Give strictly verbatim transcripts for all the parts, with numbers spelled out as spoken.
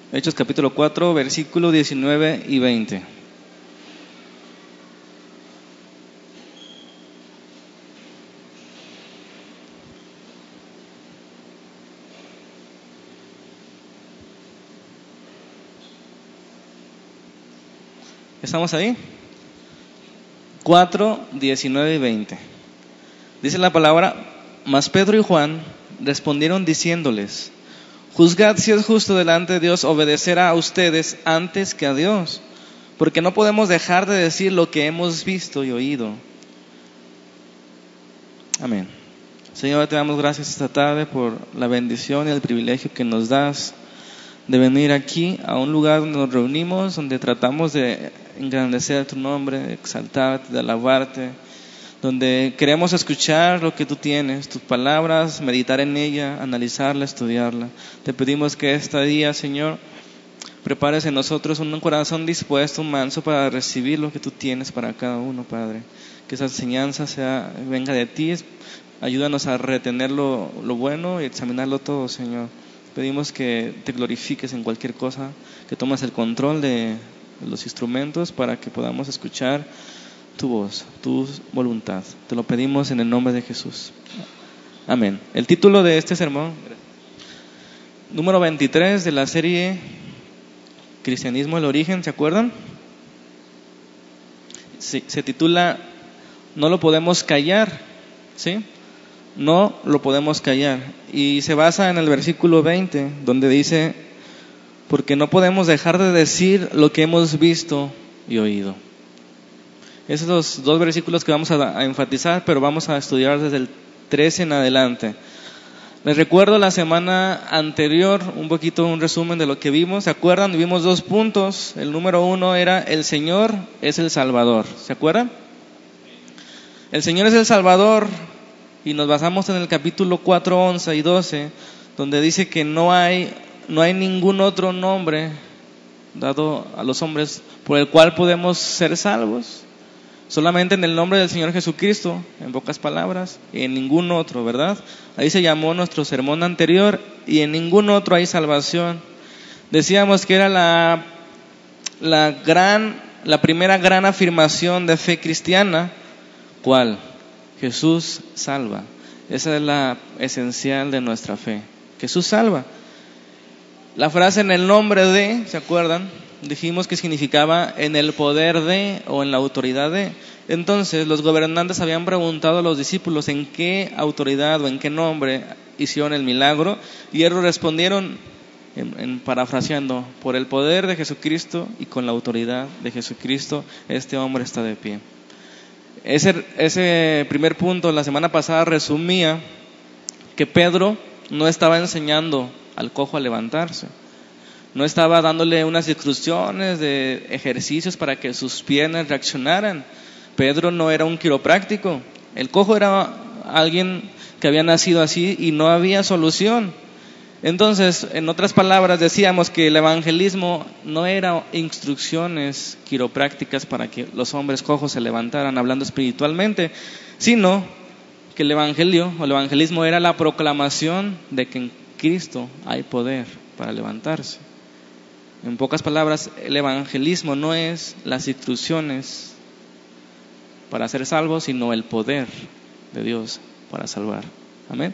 Hechos capítulo cuatro, versículos diecinueve y veinte. ¿Estamos ahí? cuatro, diecinueve y veinte. Dice la palabra: mas Pedro y Juan respondieron diciéndoles: juzgad si es justo delante de Dios obedecer a ustedes antes que a Dios, porque no podemos dejar de decir lo que hemos visto y oído. Amén. Señor, te damos gracias esta tarde por la bendición y el privilegio que nos das de venir aquí a un lugar donde nos reunimos, donde tratamos de engrandecer tu nombre, de exaltarte, de alabarte, donde queremos escuchar lo que tú tienes, tus palabras, meditar en ella, analizarla, estudiarla. Te pedimos que este día, Señor, prepares en nosotros un corazón dispuesto, un manso para recibir lo que tú tienes para cada uno, Padre. Que esa enseñanza sea, venga de ti. Ayúdanos a retener lo, lo bueno y examinarlo todo, Señor. Pedimos que te glorifiques en cualquier cosa, que tomes el control de los instrumentos para que podamos escuchar tu voz, tu voluntad. Te lo pedimos en el nombre de Jesús. Amén. El título de este sermón, número veintitrés de la serie Cristianismo, el origen, ¿se acuerdan? Sí, se titula No lo podemos callar, ¿sí? No lo podemos callar. Y se basa en el versículo veinte, donde dice: porque no podemos dejar de decir lo que hemos visto y oído. Esos son los dos versículos que vamos a, a enfatizar, pero vamos a estudiar desde el trece en adelante. Les recuerdo la semana anterior, un poquito un resumen de lo que vimos. ¿Se acuerdan? Vimos dos puntos. El número uno era: el Señor es el Salvador. ¿Se acuerdan? El Señor es el Salvador. Y nos basamos en el capítulo cuatro, once y doce, donde dice que no hay, no hay ningún otro nombre dado a los hombres por el cual podemos ser salvos. Solamente en el nombre del Señor Jesucristo, en pocas palabras, y en ningún otro, ¿verdad? Ahí se llamó nuestro sermón anterior, y en ningún otro hay salvación. Decíamos que era la, la, gran, la primera gran afirmación de fe cristiana. ¿Cuál? Jesús salva. Esa es la esencial de nuestra fe. Jesús salva. La frase en el nombre de, ¿se acuerdan? Dijimos que significaba en el poder de o en la autoridad de. Entonces los gobernantes habían preguntado a los discípulos en qué autoridad o en qué nombre hicieron el milagro, y ellos respondieron, en, en parafraseando: por el poder de Jesucristo y con la autoridad de Jesucristo este hombre está de pie. Ese, ese primer punto la semana pasada resumía que Pedro no estaba enseñando al cojo a levantarse, no estaba dándole unas instrucciones de ejercicios para que sus piernas reaccionaran. Pedro no era un quiropráctico. El cojo era alguien que había nacido así y no había solución. Entonces, en otras palabras, decíamos que el evangelismo no era instrucciones quiroprácticas para que los hombres cojos se levantaran hablando espiritualmente, sino que el evangelio o el evangelismo era la proclamación de que en Cristo hay poder para levantarse. En pocas palabras, el evangelismo no es las instrucciones para ser salvos, sino el poder de Dios para salvar. Amén.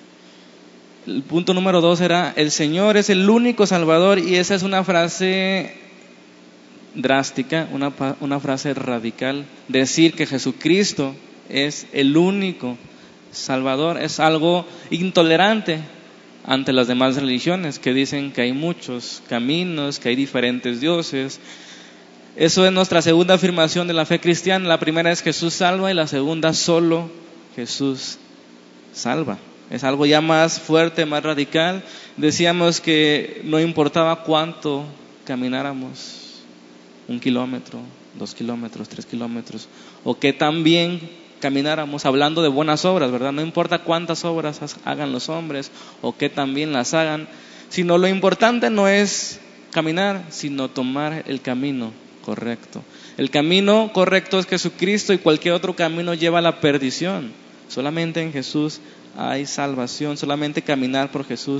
El punto número dos era: el Señor es el único Salvador. Y esa es una frase drástica, una, una frase radical. Decir que Jesucristo es el único Salvador es algo intolerante ante las demás religiones, que dicen que hay muchos caminos, que hay diferentes dioses. Eso es nuestra segunda afirmación de la fe cristiana. La primera es: Jesús salva, y la segunda: solo Jesús salva. Es algo ya más fuerte, más radical. Decíamos que no importaba cuánto camináramos, un kilómetro, dos kilómetros, tres kilómetros, o que tan bien camináramos, hablando de buenas obras, ¿verdad? No importa cuántas obras hagan los hombres o que tan bien las hagan, sino lo importante no es caminar, sino tomar el camino correcto. El camino correcto es Jesucristo, y cualquier otro camino lleva a la perdición. Solamente en Jesús hay salvación. Solamente caminar por Jesús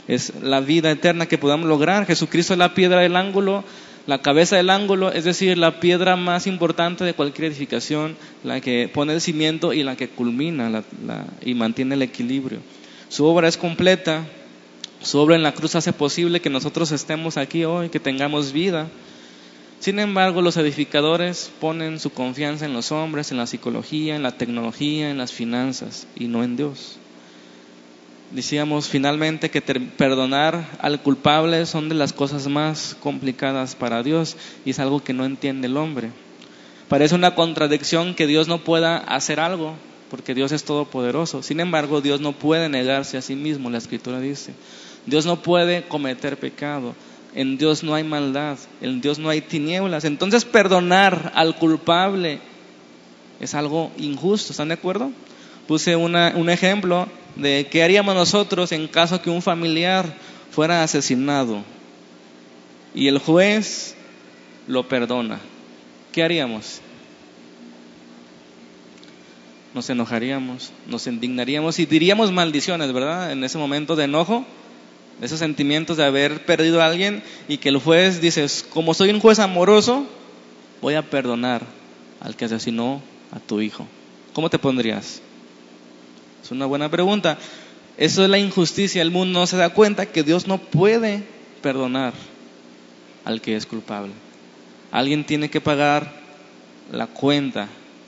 es la vida eterna que podamos lograr. Jesucristo es la piedra del ángulo, la cabeza del ángulo, es decir, la piedra más importante de cualquier edificación, la que pone el cimiento y la que culmina la, la, y mantiene el equilibrio. Su obra es completa, su obra en la cruz hace posible que nosotros estemos aquí hoy, que tengamos vida. Sin embargo, los edificadores ponen su confianza en los hombres, en la psicología, en la tecnología, en las finanzas y no en Dios. Decíamos finalmente que ter- perdonar al culpable son de las cosas más complicadas para Dios y es algo que no entiende el hombre. Parece una contradicción que Dios no pueda hacer algo porque Dios es todopoderoso. Sin embargo, Dios no puede negarse a sí mismo, la Escritura dice. Dios no puede cometer pecado. En Dios no hay maldad, en Dios no hay tinieblas. Entonces perdonar al culpable es algo injusto, ¿están de acuerdo? Puse una, un ejemplo de qué haríamos nosotros en caso que un familiar fuera asesinado y el juez lo perdona. ¿Qué haríamos? Nos enojaríamos, nos indignaríamos y diríamos maldiciones, ¿verdad? En ese momento de enojo, esos sentimientos de haber perdido a alguien y que el juez dice, como soy un juez amoroso, voy a perdonar al que asesinó a tu hijo. ¿Cómo te pondrías? Es una buena pregunta. Eso es la injusticia. El mundo no se da cuenta que Dios no puede perdonar al que es culpable. Alguien tiene que pagar la cuenta.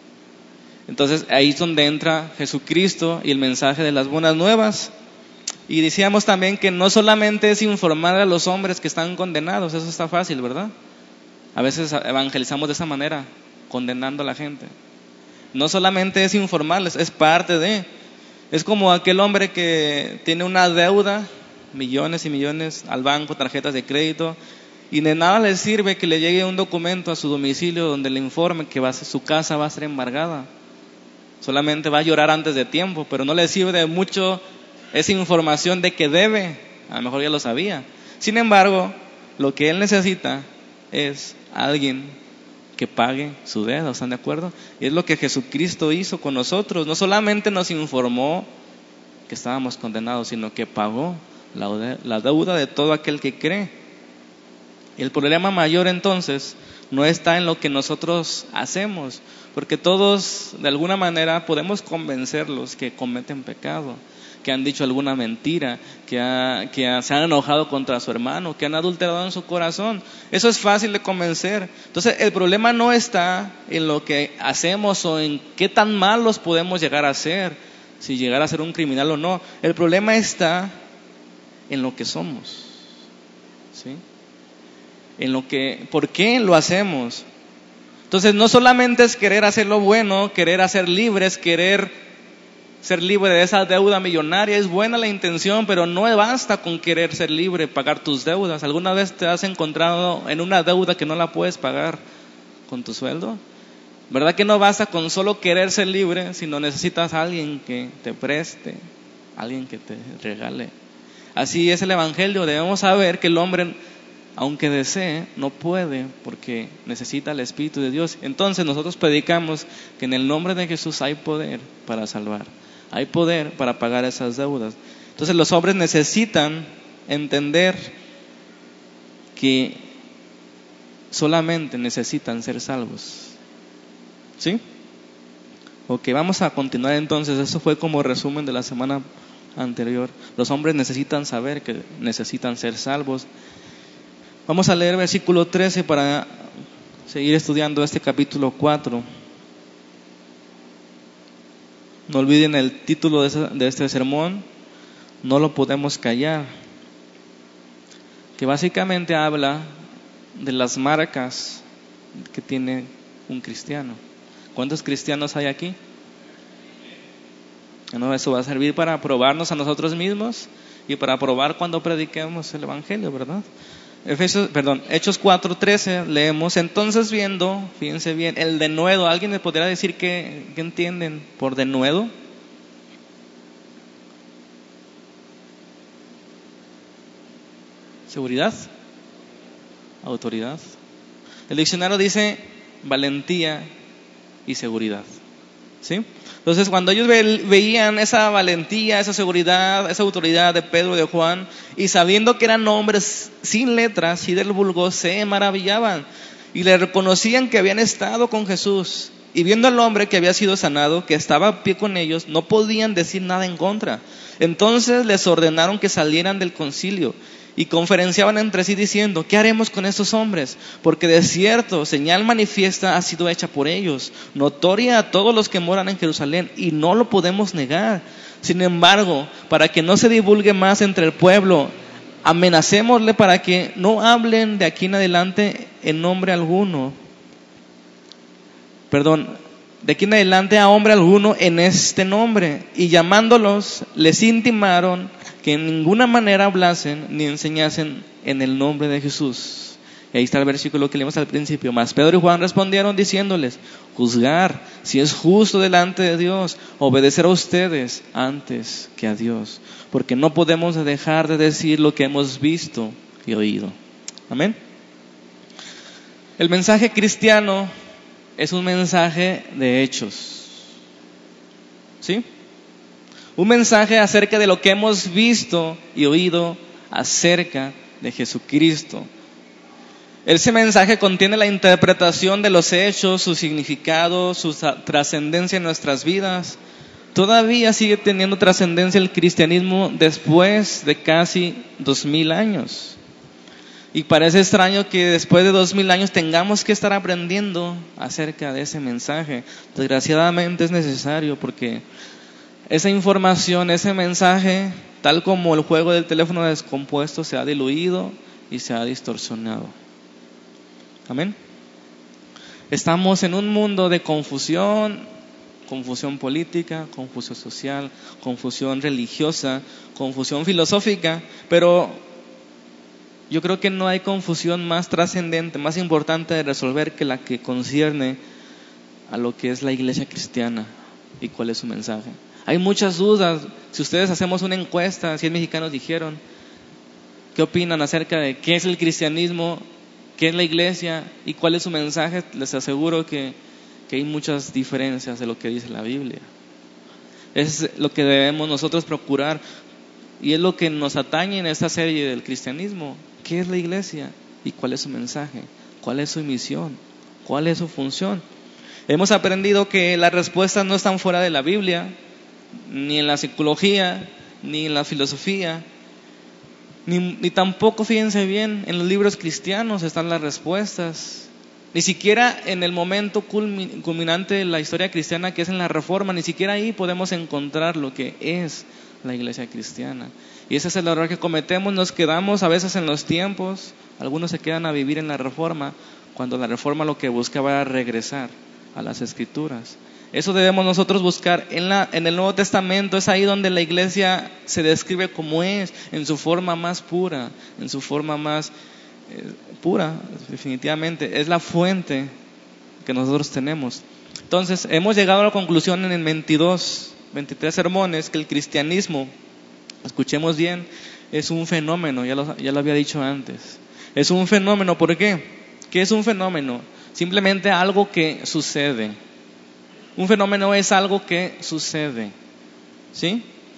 Entonces ahí es donde entra Jesucristo y el mensaje de las buenas nuevas. Y decíamos también que no solamente es informar a los hombres que están condenados, eso está fácil, ¿verdad? A veces evangelizamos de esa manera, condenando a la gente. No solamente es informarles, es parte de... Es como aquel hombre que tiene una deuda, millones y millones al banco, tarjetas de crédito, y de nada le sirve que le llegue un documento a su domicilio donde le informe que va a ser, su casa va a ser embargada. Solamente va a llorar antes de tiempo, pero no le sirve de mucho esa información de que debe, a lo mejor ya lo sabía. Sin embargo, lo que él necesita es alguien que pague su deuda, ¿están de acuerdo? Y es lo que Jesucristo hizo con nosotros. No solamente nos informó que estábamos condenados, sino que pagó la, la deuda de todo aquel que cree. Y el problema mayor entonces no está en lo que nosotros hacemos, porque todos de alguna manera podemos convencerlos que cometen pecado, que han dicho alguna mentira, que, ha, que ha, se han enojado contra su hermano, que han adulterado en su corazón. Eso es fácil de convencer. Entonces el problema no está en lo que hacemos o en qué tan malos podemos llegar a ser, si llegar a ser un criminal o no. El problema está en lo que somos, ¿sí? En lo que, ¿por qué lo hacemos? Entonces no solamente es querer hacer lo bueno, querer hacer libres, querer ser libre de esa deuda millonaria. Es buena la intención, pero no basta con querer ser libre, pagar tus deudas. ¿Alguna vez te has encontrado en una deuda que no la puedes pagar con tu sueldo? ¿Verdad que no basta con solo querer ser libre, sino necesitas a alguien que te preste, alguien que te regale? Así es el Evangelio. Debemos saber que el hombre, aunque desee, no puede porque necesita el Espíritu de Dios. Entonces nosotros predicamos que en el nombre de Jesús hay poder para salvar. Hay poder para pagar esas deudas. Entonces los hombres necesitan entender que solamente necesitan ser salvos. ¿Sí? Ok, vamos a continuar entonces. Eso fue como resumen de la semana anterior. Los hombres necesitan saber que necesitan ser salvos. Vamos a leer versículo trece para seguir estudiando este capítulo cuatro. No olviden el título de, ese, de este sermón, no lo podemos callar, que básicamente habla de las marcas que tiene un cristiano. ¿Cuántos cristianos hay aquí? Bueno, eso va a servir para probarnos a nosotros mismos y para probar cuando prediquemos el Evangelio, ¿verdad? Efesios, perdón, Hechos cuatro trece leemos, entonces viendo, fíjense bien, el denuedo. ¿Alguien me podría decir qué, qué entienden por denuedo? ¿Seguridad? ¿Autoridad? El diccionario dice valentía y seguridad. ¿sí? Entonces, cuando ellos ve, veían esa valentía, esa seguridad, esa autoridad de Pedro y de Juan, y sabiendo que eran hombres sin letras y del vulgo, se maravillaban y le reconocían que habían estado con Jesús. Y viendo al hombre que había sido sanado, que estaba a pie con ellos, no podían decir nada en contra. Entonces les ordenaron que salieran del concilio y conferenciaban entre sí diciendo: ¿qué haremos con estos hombres? Porque de cierto, señal manifiesta ha sido hecha por ellos, notoria a todos los que moran en Jerusalén, y no lo podemos negar. Sin embargo, para que no se divulgue más entre el pueblo, amenacémosle para que no hablen de aquí en adelante en nombre alguno. Perdón, de aquí en adelante a hombre alguno en este nombre. Y llamándolos, les intimaron que en ninguna manera hablasen ni enseñasen en el nombre de Jesús. Y ahí está el versículo que leímos al principio. Mas Pedro y Juan respondieron diciéndoles: juzgar si es justo delante de Dios obedecer a ustedes antes que a Dios, porque no podemos dejar de decir lo que hemos visto y oído. Amén. El mensaje cristiano es un mensaje de hechos, ¿sí? Un mensaje acerca de lo que hemos visto y oído acerca de Jesucristo. Ese mensaje contiene la interpretación de los hechos, su significado, su trascendencia en nuestras vidas. Todavía sigue teniendo trascendencia el cristianismo después de casi dos mil años. Y parece extraño que después de dos mil años tengamos que estar aprendiendo acerca de ese mensaje. Desgraciadamente es necesario, porque esa información, ese mensaje, tal como el juego del teléfono descompuesto, se ha diluido y se ha distorsionado. Amén. Estamos en un mundo de confusión, confusión política, confusión social, confusión religiosa, confusión filosófica, pero yo creo que no hay confusión más trascendente, más importante de resolver que la que concierne a lo que es la iglesia cristiana y cuál es su mensaje. Hay muchas dudas. Si ustedes hacemos una encuesta, cien mexicanos dijeron, ¿qué opinan acerca de qué es el cristianismo, qué es la iglesia y cuál es su mensaje? Les aseguro que, que hay muchas diferencias de lo que dice la Biblia. Es lo que debemos nosotros procurar y es lo que nos atañe en esta serie del cristianismo. ¿Qué es la iglesia? ¿Y cuál es su mensaje? ¿Cuál es su misión? ¿Cuál es su función? Hemos aprendido que las respuestas no están fuera de la Biblia, ni en la psicología, ni en la filosofía, ni, ni tampoco, fíjense bien, en los libros cristianos están las respuestas. Ni siquiera en el momento culminante de la historia cristiana, que es en la Reforma, ni siquiera ahí podemos encontrar lo que es la iglesia cristiana. Y ese es el error que cometemos. Nos quedamos a veces en los tiempos. Algunos se quedan a vivir en la Reforma, cuando la Reforma lo que buscaba era regresar a las Escrituras. Eso debemos nosotros buscar en, la, en el Nuevo Testamento. Es ahí donde la iglesia se describe como es, en su forma más pura, en su forma más eh, pura, definitivamente. Es la fuente que nosotros tenemos. Entonces, hemos llegado a la conclusión en veintidós, veintitrés sermones que el cristianismo, escuchemos bien, es un fenómeno. Ya lo, ya lo había dicho antes. Es un fenómeno. ¿Por qué? ¿Qué es un fenómeno? Simplemente algo que sucede. Un fenómeno es algo que sucede, ¿sí?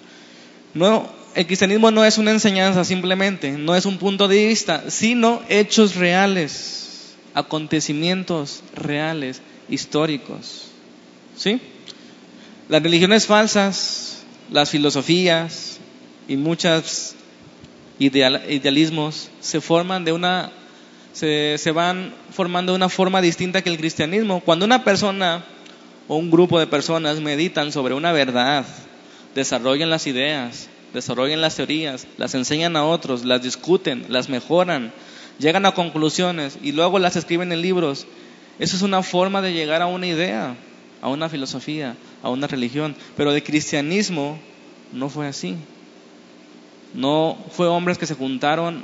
No, el cristianismo no es una enseñanza simplemente, no es un punto de vista, sino hechos reales, acontecimientos reales, históricos, ¿sí? Las religiones falsas, las filosofías y muchos ideal, idealismos se forman de una, se, se van formando de una forma distinta que el cristianismo. Cuando una persona o un grupo de personas meditan sobre una verdad, desarrollan las ideas, desarrollan las teorías, las enseñan a otros, las discuten, las mejoran, llegan a conclusiones y luego las escriben en libros. Eso es una forma de llegar a una idea, a una filosofía, a una religión. Pero el cristianismo no fue así. No fue hombres que se juntaron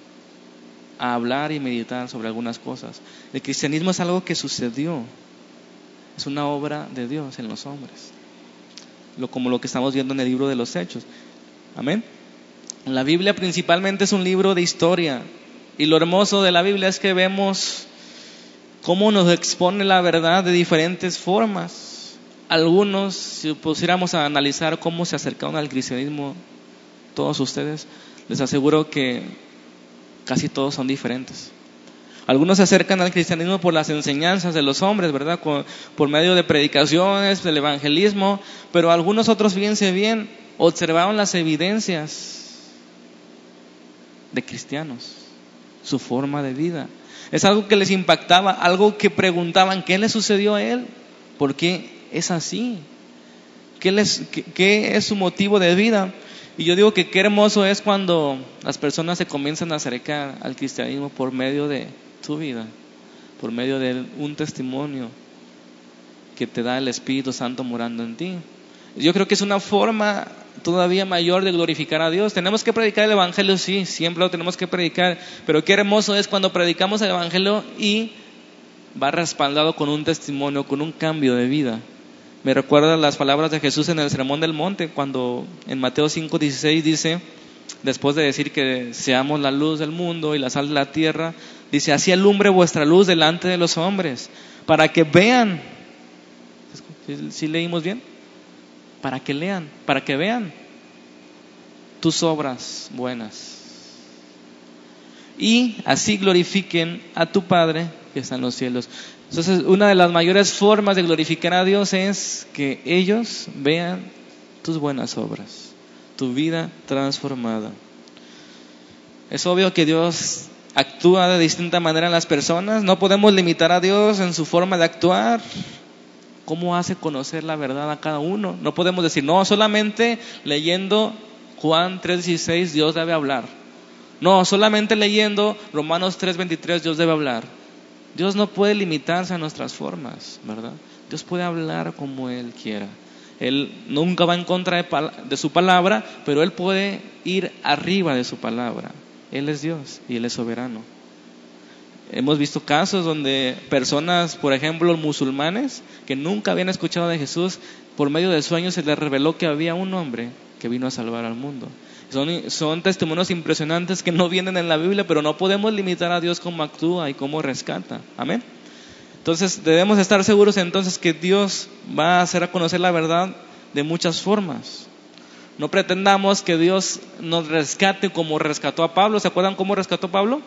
a hablar y meditar sobre algunas cosas. El cristianismo es algo que sucedió. Es una obra de Dios en los hombres, lo, como lo que estamos viendo en el libro de los Hechos. Amén. La Biblia principalmente es un libro de historia, y lo hermoso de la Biblia es que vemos cómo nos expone la verdad de diferentes formas. algunos, si pusiéramos a analizar cómo se acercaron al cristianismo, todos ustedes, les aseguro que casi todos son diferentes. Algunos se acercan al cristianismo por las enseñanzas de los hombres, ¿verdad? Por, por medio de predicaciones, del evangelismo, pero algunos otros, fíjense bien, observaron las evidencias de cristianos, su forma de vida. Es algo que les impactaba, algo que preguntaban, ¿qué le sucedió a él? ¿Por qué es así? ¿Qué, les, qué, qué es su motivo de vida? Y yo digo que qué hermoso es cuando las personas se comienzan a acercar al cristianismo por medio de tu vida, por medio de un testimonio que te da el Espíritu Santo morando en ti. Yo creo que es una forma todavía mayor de glorificar a Dios. Tenemos que predicar el Evangelio, sí, siempre lo tenemos que predicar, pero qué hermoso es cuando predicamos el Evangelio y va respaldado con un testimonio, con un cambio de vida. Me recuerda las palabras de Jesús en el Sermón del Monte, cuando en Mateo cinco dieciséis dice, después de decir que seamos la luz del mundo y la sal de la tierra, dice, así alumbre vuestra luz delante de los hombres, para que vean. ¿Sí, sí leímos bien? Para que lean, para que vean tus obras buenas. Y así glorifiquen a tu Padre que está en los cielos. Entonces, una de las mayores formas de glorificar a Dios es que ellos vean tus buenas obras, tu vida transformada. Es obvio que Dios actúa de distinta manera en las personas. No podemos limitar a Dios en su forma de actuar. ¿Cómo hace conocer la verdad a cada uno? No podemos decir, no, solamente leyendo Juan tres dieciséis Dios debe hablar. No, solamente leyendo Romanos tres veintitrés Dios debe hablar. Dios no puede limitarse a nuestras formas, ¿verdad? Dios puede hablar como Él quiera. Él nunca va en contra de, pal- de su palabra, pero Él puede ir arriba de su palabra. Él es Dios y Él es soberano. Hemos visto casos donde personas, por ejemplo, musulmanes, que nunca habían escuchado de Jesús, por medio de sueños se les reveló que había un hombre que vino a salvar al mundo. Son, son testimonios impresionantes que no vienen en la Biblia, pero no podemos limitar a Dios cómo actúa y cómo rescata. Amén. Entonces debemos estar seguros entonces que Dios va a hacer a conocer la verdad de muchas formas. No pretendamos que Dios nos rescate como rescató a Pablo. ¿Se acuerdan cómo rescató a Pablo?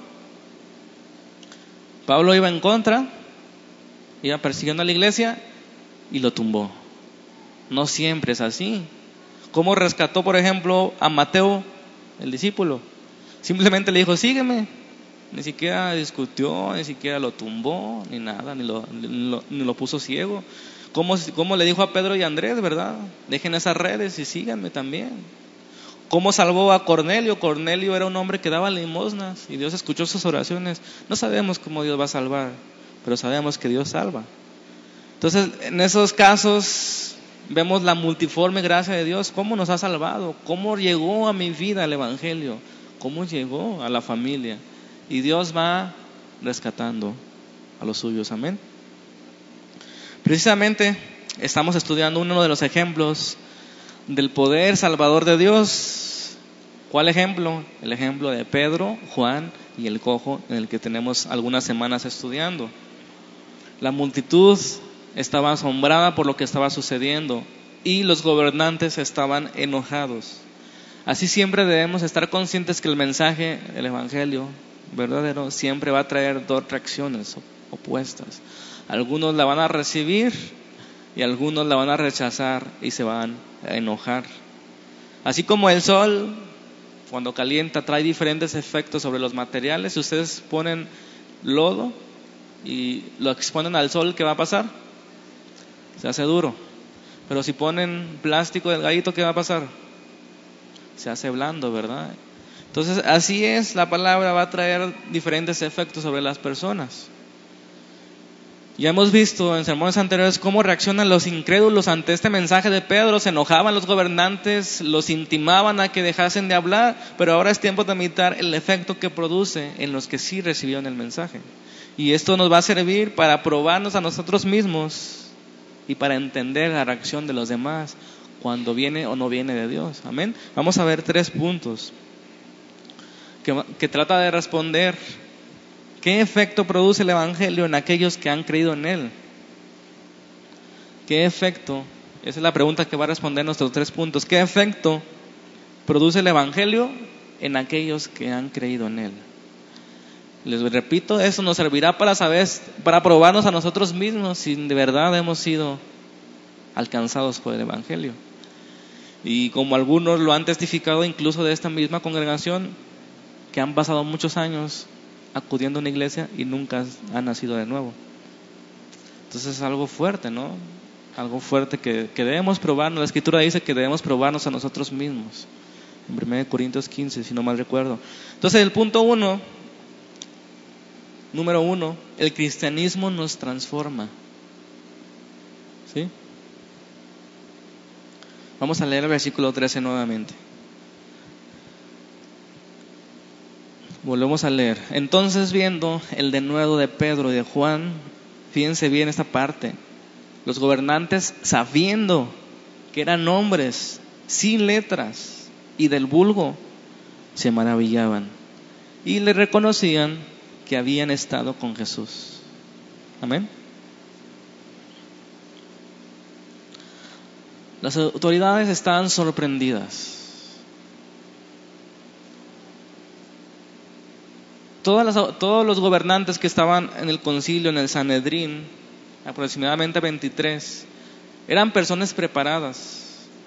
Pablo iba en contra, iba persiguiendo a la iglesia y lo tumbó. No siempre es así. ¿Cómo rescató, por ejemplo, a Mateo, el discípulo? Simplemente le dijo, sígueme. Ni siquiera discutió, ni siquiera lo tumbó, ni nada, ni lo, ni lo, ni lo puso ciego. ¿Cómo, ¿Cómo le dijo a Pedro y a Andrés, verdad? Dejen esas redes y síganme también. ¿Cómo salvó a Cornelio? Cornelio era un hombre que daba limosnas y Dios escuchó sus oraciones. No sabemos cómo Dios va a salvar, pero sabemos que Dios salva. Entonces, en esos casos vemos la multiforme gracia de Dios, cómo nos ha salvado, cómo llegó a mi vida el Evangelio, cómo llegó a la familia. Y Dios va rescatando a los suyos, amén. Precisamente estamos estudiando uno de los ejemplos del poder salvador de Dios. ¿Cuál ejemplo? El ejemplo de Pedro, Juan y el cojo, en el que tenemos algunas semanas estudiando. La multitud estaba asombrada por lo que estaba sucediendo y los gobernantes estaban enojados. Así siempre debemos estar conscientes que el mensaje, el evangelio verdadero, siempre va a traer dos reacciones opuestas. Algunos la van a recibir y algunos la van a rechazar y se van a enojar. Así como el sol, cuando calienta, trae diferentes efectos sobre los materiales. Si ustedes ponen lodo y lo exponen al sol, ¿qué va a pasar? Se hace duro. Pero si ponen plástico delgadito, ¿qué va a pasar? Se hace blando, ¿verdad? Entonces, así es, la palabra va a traer diferentes efectos sobre las personas. Ya hemos visto en sermones anteriores cómo reaccionan los incrédulos ante este mensaje de Pedro. Se enojaban los gobernantes, los intimaban a que dejasen de hablar, pero ahora es tiempo de imitar el efecto que produce en los que sí recibieron el mensaje. Y esto nos va a servir para probarnos a nosotros mismos y para entender la reacción de los demás cuando viene o no viene de Dios. Amén. Vamos a ver tres puntos que, que trata de responder ¿qué efecto produce el evangelio en aquellos que han creído en él? ¿Qué efecto Esa es la pregunta que va a responder nuestros tres puntos. ¿Qué efecto produce el Evangelio en aquellos que han creído en él? Les repito, eso nos servirá para saber, para probarnos a nosotros mismos si de verdad hemos sido alcanzados por el Evangelio. Y como algunos lo han testificado incluso de esta misma congregación, que han pasado muchos años acudiendo a una iglesia y nunca han nacido de nuevo. Entonces es algo fuerte, ¿no? Algo fuerte que, que debemos probarnos. La Escritura dice que debemos probarnos a nosotros mismos. En primera Corintios quince, si no mal recuerdo. Entonces el punto uno, número uno, el cristianismo nos transforma. ¿Sí? Vamos a leer el versículo trece nuevamente. Volvemos a leer. Entonces, viendo el denuedo de Pedro y de Juan, fíjense bien esta parte, los gobernantes, sabiendo que eran hombres sin letras y del vulgo, se maravillaban y le reconocían que habían estado con Jesús. Amén. Las autoridades estaban sorprendidas. Todas las, todos los gobernantes que estaban en el concilio, en el Sanedrín, aproximadamente veintitrés, eran personas preparadas.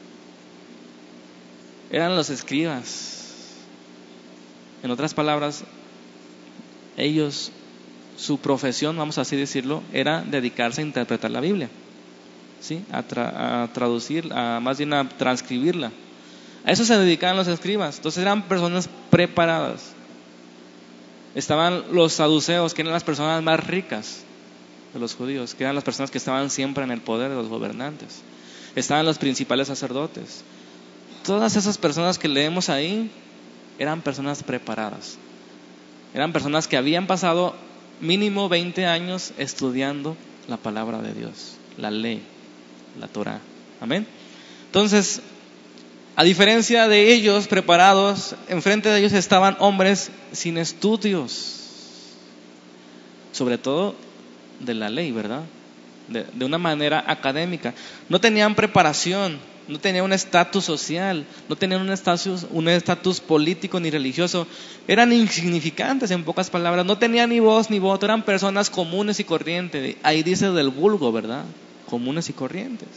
Eran los escribas. En otras palabras, ellos, su profesión, vamos así decirlo, era dedicarse a interpretar la Biblia, ¿sí? a, tra- a traducir, a, más bien a transcribirla. A eso se dedicaban los escribas. Entonces eran personas preparadas. Estaban los saduceos, que eran las personas más ricas de los judíos, que eran las personas que estaban siempre en el poder de los gobernantes. Estaban los principales sacerdotes. Todas esas personas que leemos ahí eran personas preparadas. Eran personas que habían pasado mínimo veinte años estudiando la palabra de Dios, la ley, la Torah. Amén. Entonces, a diferencia de ellos preparados, enfrente de ellos estaban hombres sin estudios, sobre todo de la ley, ¿verdad? De, de una manera académica. No tenían preparación, no tenían un estatus social, no tenían un estatus un estatus político ni religioso. Eran insignificantes, en pocas palabras. No tenían ni voz ni voto, eran personas comunes y corrientes. Ahí dice del vulgo, ¿verdad? Comunes y corrientes.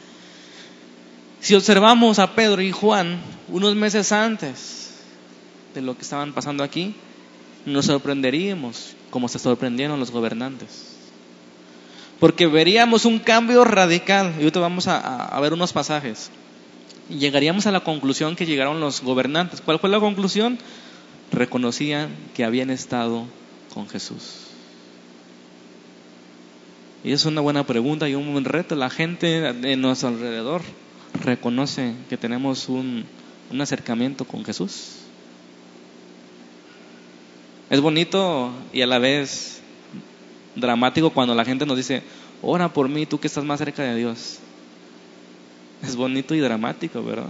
Si observamos a Pedro y Juan unos meses antes de lo que estaban pasando aquí, nos sorprenderíamos como se sorprendieron los gobernantes, porque veríamos un cambio radical. Y ahorita vamos a, a ver unos pasajes y llegaríamos a la conclusión que llegaron los gobernantes. ¿Cuál fue la conclusión? Reconocían que habían estado con Jesús. Y es una buena pregunta y un buen reto. La gente de nuestro alrededor reconoce que tenemos un, un acercamiento con Jesús. Es bonito y a la vez dramático cuando la gente nos dice: ora por mí, tú que estás más cerca de Dios. Es bonito y dramático, ¿verdad?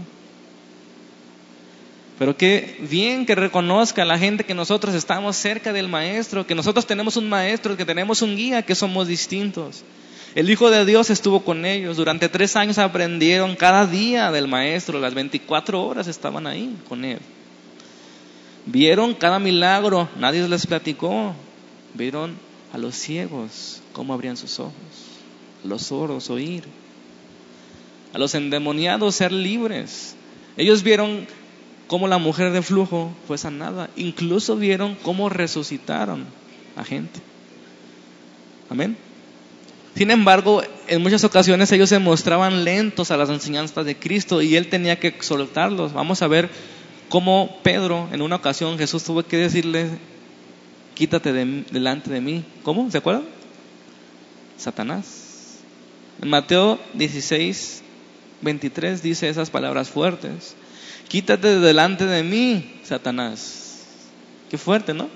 Pero qué bien que reconozca la gente que nosotros estamos cerca del Maestro, que nosotros tenemos un Maestro, que tenemos un guía, que somos distintos. El Hijo de Dios estuvo con ellos. Durante tres años aprendieron cada día del Maestro. Las veinticuatro horas estaban ahí con Él. Vieron cada milagro. Nadie les platicó. Vieron a los ciegos cómo abrían sus ojos, a los sordos oír, a los endemoniados ser libres. Ellos vieron cómo la mujer de flujo fue sanada. Incluso vieron cómo resucitaron a gente. Amén. Sin embargo, en muchas ocasiones ellos se mostraban lentos a las enseñanzas de Cristo y Él tenía que exhortarlos. Vamos a ver cómo Pedro, en una ocasión, Jesús tuvo que decirle: quítate de, delante de mí. ¿Cómo? ¿Se acuerdan? Satanás. En Mateo dieciséis, veintitrés dice esas palabras fuertes: quítate de delante de mí, Satanás. Qué fuerte, ¿no?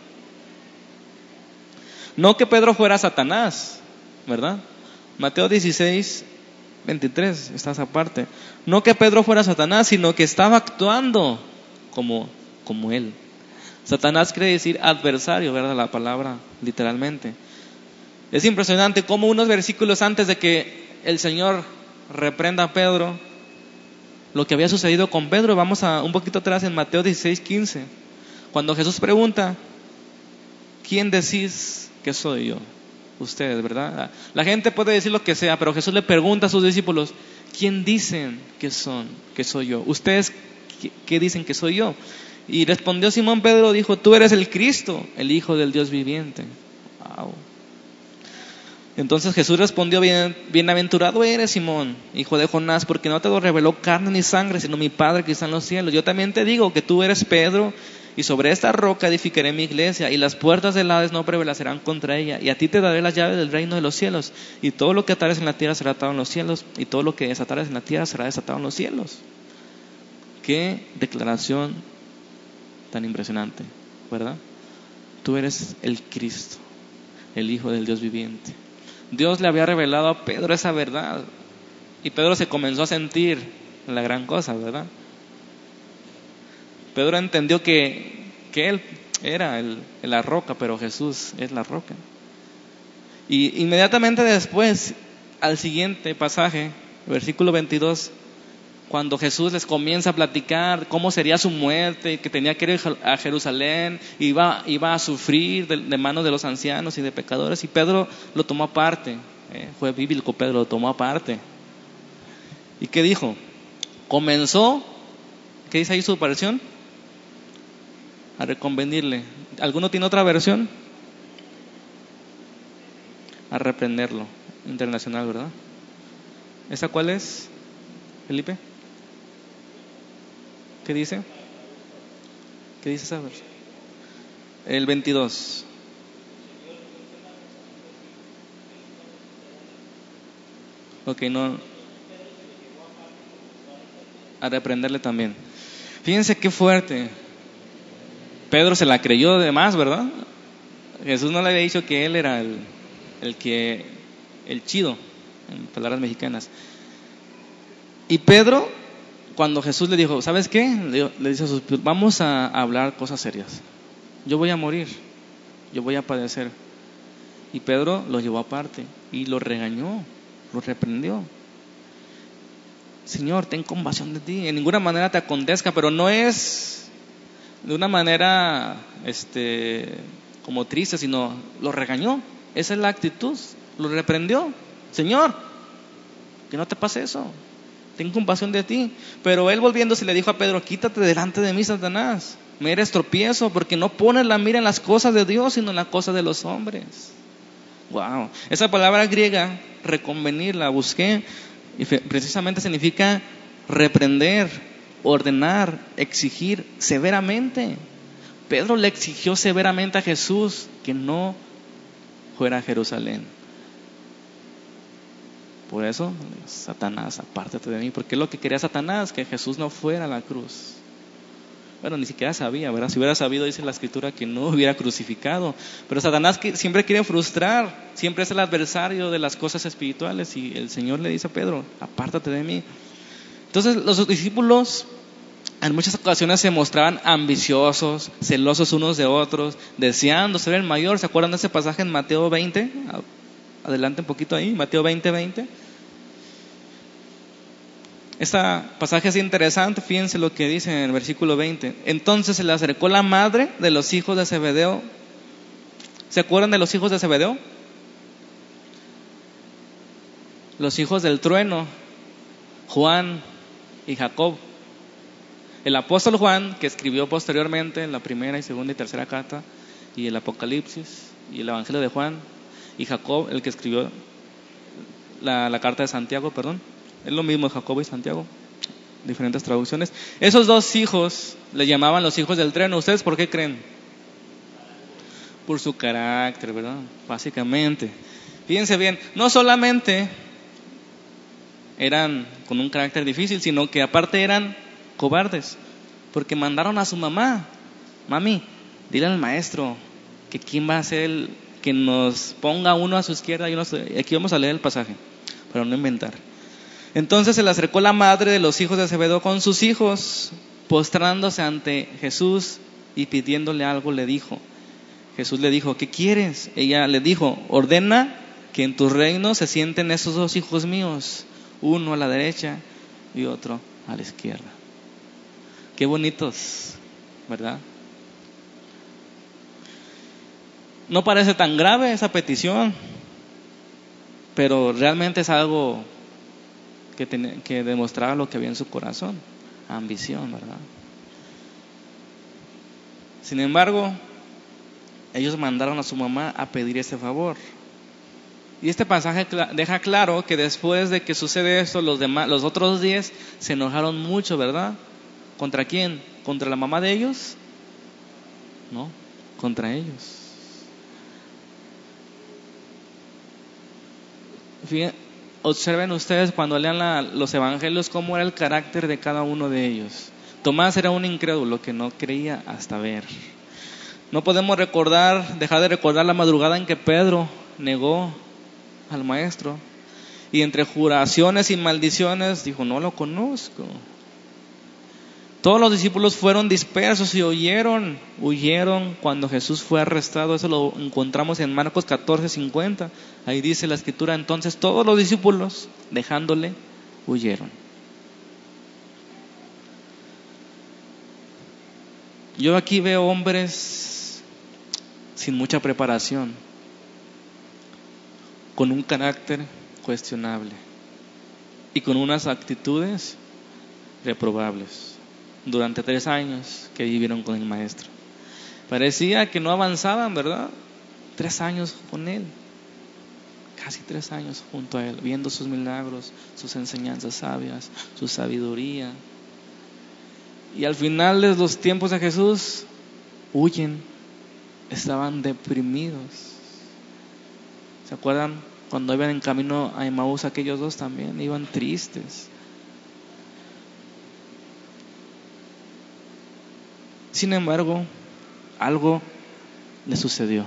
No que Pedro fuera Satanás, ¿verdad? Mateo dieciséis, veintitrés, está esa parte. No que Pedro fuera Satanás, sino que estaba actuando como, como él. Satanás quiere decir adversario, ¿verdad? La palabra, literalmente. Es impresionante cómo unos versículos antes de que el Señor reprenda a Pedro lo que había sucedido con Pedro. Vamos a un poquito atrás en Mateo dieciséis quince, cuando Jesús pregunta: ¿quién decís que soy yo? Ustedes, ¿verdad? La gente puede decir lo que sea, pero Jesús le pregunta a sus discípulos: ¿quién dicen que son, que soy yo? ¿Ustedes qué, qué dicen que soy yo? Y respondió Simón Pedro, dijo: tú eres el Cristo, el Hijo del Dios viviente. Wow. Entonces Jesús respondió: Bien, bienaventurado eres, Simón, hijo de Jonás, porque no te lo reveló carne ni sangre, sino mi Padre que está en los cielos. Yo también te digo que tú eres Pedro, y sobre esta roca edificaré mi iglesia, y las puertas del Hades no prevalecerán contra ella. Y a ti te daré las llaves del reino de los cielos. Y todo lo que atares en la tierra será atado en los cielos, y todo lo que desatares en la tierra será desatado en los cielos. Qué declaración tan impresionante, ¿verdad? Tú eres el Cristo, el Hijo del Dios viviente. Dios le había revelado a Pedro esa verdad, y Pedro se comenzó a sentir la gran cosa, ¿verdad? Pedro entendió que, que él era el, la roca, pero Jesús es la roca. Y inmediatamente después, al siguiente pasaje, versículo veintidós, cuando Jesús les comienza a platicar cómo sería su muerte, que tenía que ir a Jerusalén, iba, iba a sufrir de, de manos de los ancianos y de pecadores, y Pedro lo tomó aparte, eh, fue bíblico, Pedro lo tomó aparte. ¿Y qué dijo? Comenzó, ¿qué dice ahí su versión? A reconvenirle. ¿Alguno tiene otra versión? A reprenderlo. Internacional, ¿verdad? ¿Esa cuál es, Felipe? ¿Qué dice? ¿Qué dice esa versión? El veintidós. Ok, no. A reprenderle también. Fíjense qué fuerte. Pedro se la creyó de más, ¿verdad? Jesús no le había dicho que él era el, el que, el chido, en palabras mexicanas. Y Pedro, cuando Jesús le dijo: ¿sabes qué? Le, le dice a sus discípulos: vamos a, a hablar cosas serias. Yo voy a morir, yo voy a padecer. Y Pedro lo llevó aparte y lo regañó, lo reprendió. Señor, ten compasión de ti, en ninguna manera te acontezca, pero no es de una manera este, como triste, sino lo regañó. Esa es la actitud, lo reprendió. Señor, que no te pase eso, ten compasión de ti. Pero él, volviéndose, le dijo a Pedro: quítate delante de mí, Satanás, me eres tropiezo, porque no pones la mira en las cosas de Dios, sino en las cosas de los hombres. Wow, esa palabra griega, reconvenir, la busqué, y precisamente significa reprender, ordenar, exigir severamente. Pedro le exigió severamente a Jesús que no fuera a Jerusalén. Por eso, Satanás, apártate de mí, porque lo que quería Satanás, que Jesús no fuera a la cruz. Bueno, ni siquiera sabía, ¿verdad? Si hubiera sabido, dice la Escritura, que no hubiera crucificado. Pero Satanás siempre quiere frustrar, siempre es el adversario de las cosas espirituales, y el Señor le dice a Pedro: apártate de mí. Entonces los discípulos en muchas ocasiones se mostraban ambiciosos, celosos unos de otros, deseando ser el mayor. ¿Se acuerdan de ese pasaje en Mateo veinte? Adelante un poquito ahí, Mateo veinte, veinte. Este pasaje es interesante, fíjense lo que dice en el versículo veinte. Entonces se le acercó la madre de los hijos de Zebedeo. ¿Se acuerdan de los hijos de Zebedeo? Los hijos del trueno, Juan y Jacob. El apóstol Juan, que escribió posteriormente la primera y segunda y tercera carta, y el Apocalipsis y el Evangelio de Juan, y Jacob, el que escribió la, la carta de Santiago, perdón. Es lo mismo, Jacobo y Santiago, diferentes traducciones. Esos dos hijos le llamaban los hijos del trueno. ¿Ustedes por qué creen? Por su carácter, ¿verdad? Básicamente. Fíjense bien, no solamente eran con un carácter difícil, sino que aparte eran cobardes, porque mandaron a su mamá: mami, dile al maestro que quién va a ser el que nos ponga uno a su izquierda y uno a su... Aquí vamos a leer el pasaje para no inventar. Entonces se le acercó la madre de los hijos de Zebedeo con sus hijos, postrándose ante Jesús y pidiéndole algo, le dijo. Jesús le dijo: ¿qué quieres? Ella le dijo: ordena que en tu reino se sienten esos dos hijos míos, uno a la derecha y otro a la izquierda. Qué bonitos, ¿verdad? No parece tan grave esa petición, pero realmente es algo que, ten, que demostraba lo que había en su corazón, ambición, ¿verdad? Sin embargo, ellos mandaron a su mamá a pedir ese favor. Y este pasaje deja claro que después de que sucede esto, los demás, los otros diez se enojaron mucho, ¿verdad? ¿Contra quién? ¿Contra la mamá de ellos? No, contra ellos. Fíjense, observen ustedes cuando lean la, los evangelios cómo era el carácter de cada uno de ellos. Tomás era un incrédulo que no creía hasta ver. No podemos recordar, dejar de recordar la madrugada en que Pedro negó al maestro y entre juraciones y maldiciones dijo: no lo conozco. Todos los discípulos fueron dispersos y huyeron, huyeron cuando Jesús fue arrestado. Eso lo encontramos en Marcos catorce cincuenta. Ahí dice la escritura: entonces todos los discípulos, dejándole, huyeron. Yo aquí veo hombres sin mucha preparación, con un carácter cuestionable y con unas actitudes reprobables. Durante tres años que vivieron con el maestro, parecía que no avanzaban, ¿verdad? Tres años con él, casi tres años junto a él, viendo sus milagros, sus enseñanzas sabias, su sabiduría. Y al final de los tiempos de Jesús, huyen, estaban deprimidos. ¿Se acuerdan cuando iban en camino a Emaús? Aquellos dos también iban tristes. Sin embargo, algo le sucedió.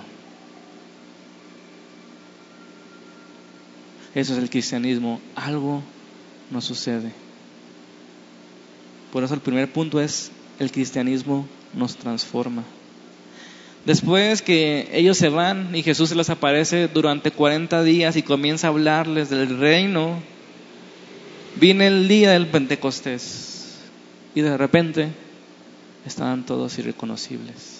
Eso es el cristianismo, algo nos sucede. Por eso el primer punto es: el cristianismo nos transforma. Después que ellos se van y Jesús se les aparece durante cuarenta días y comienza a hablarles del reino, viene el día del Pentecostés y de repente estaban todos irreconocibles.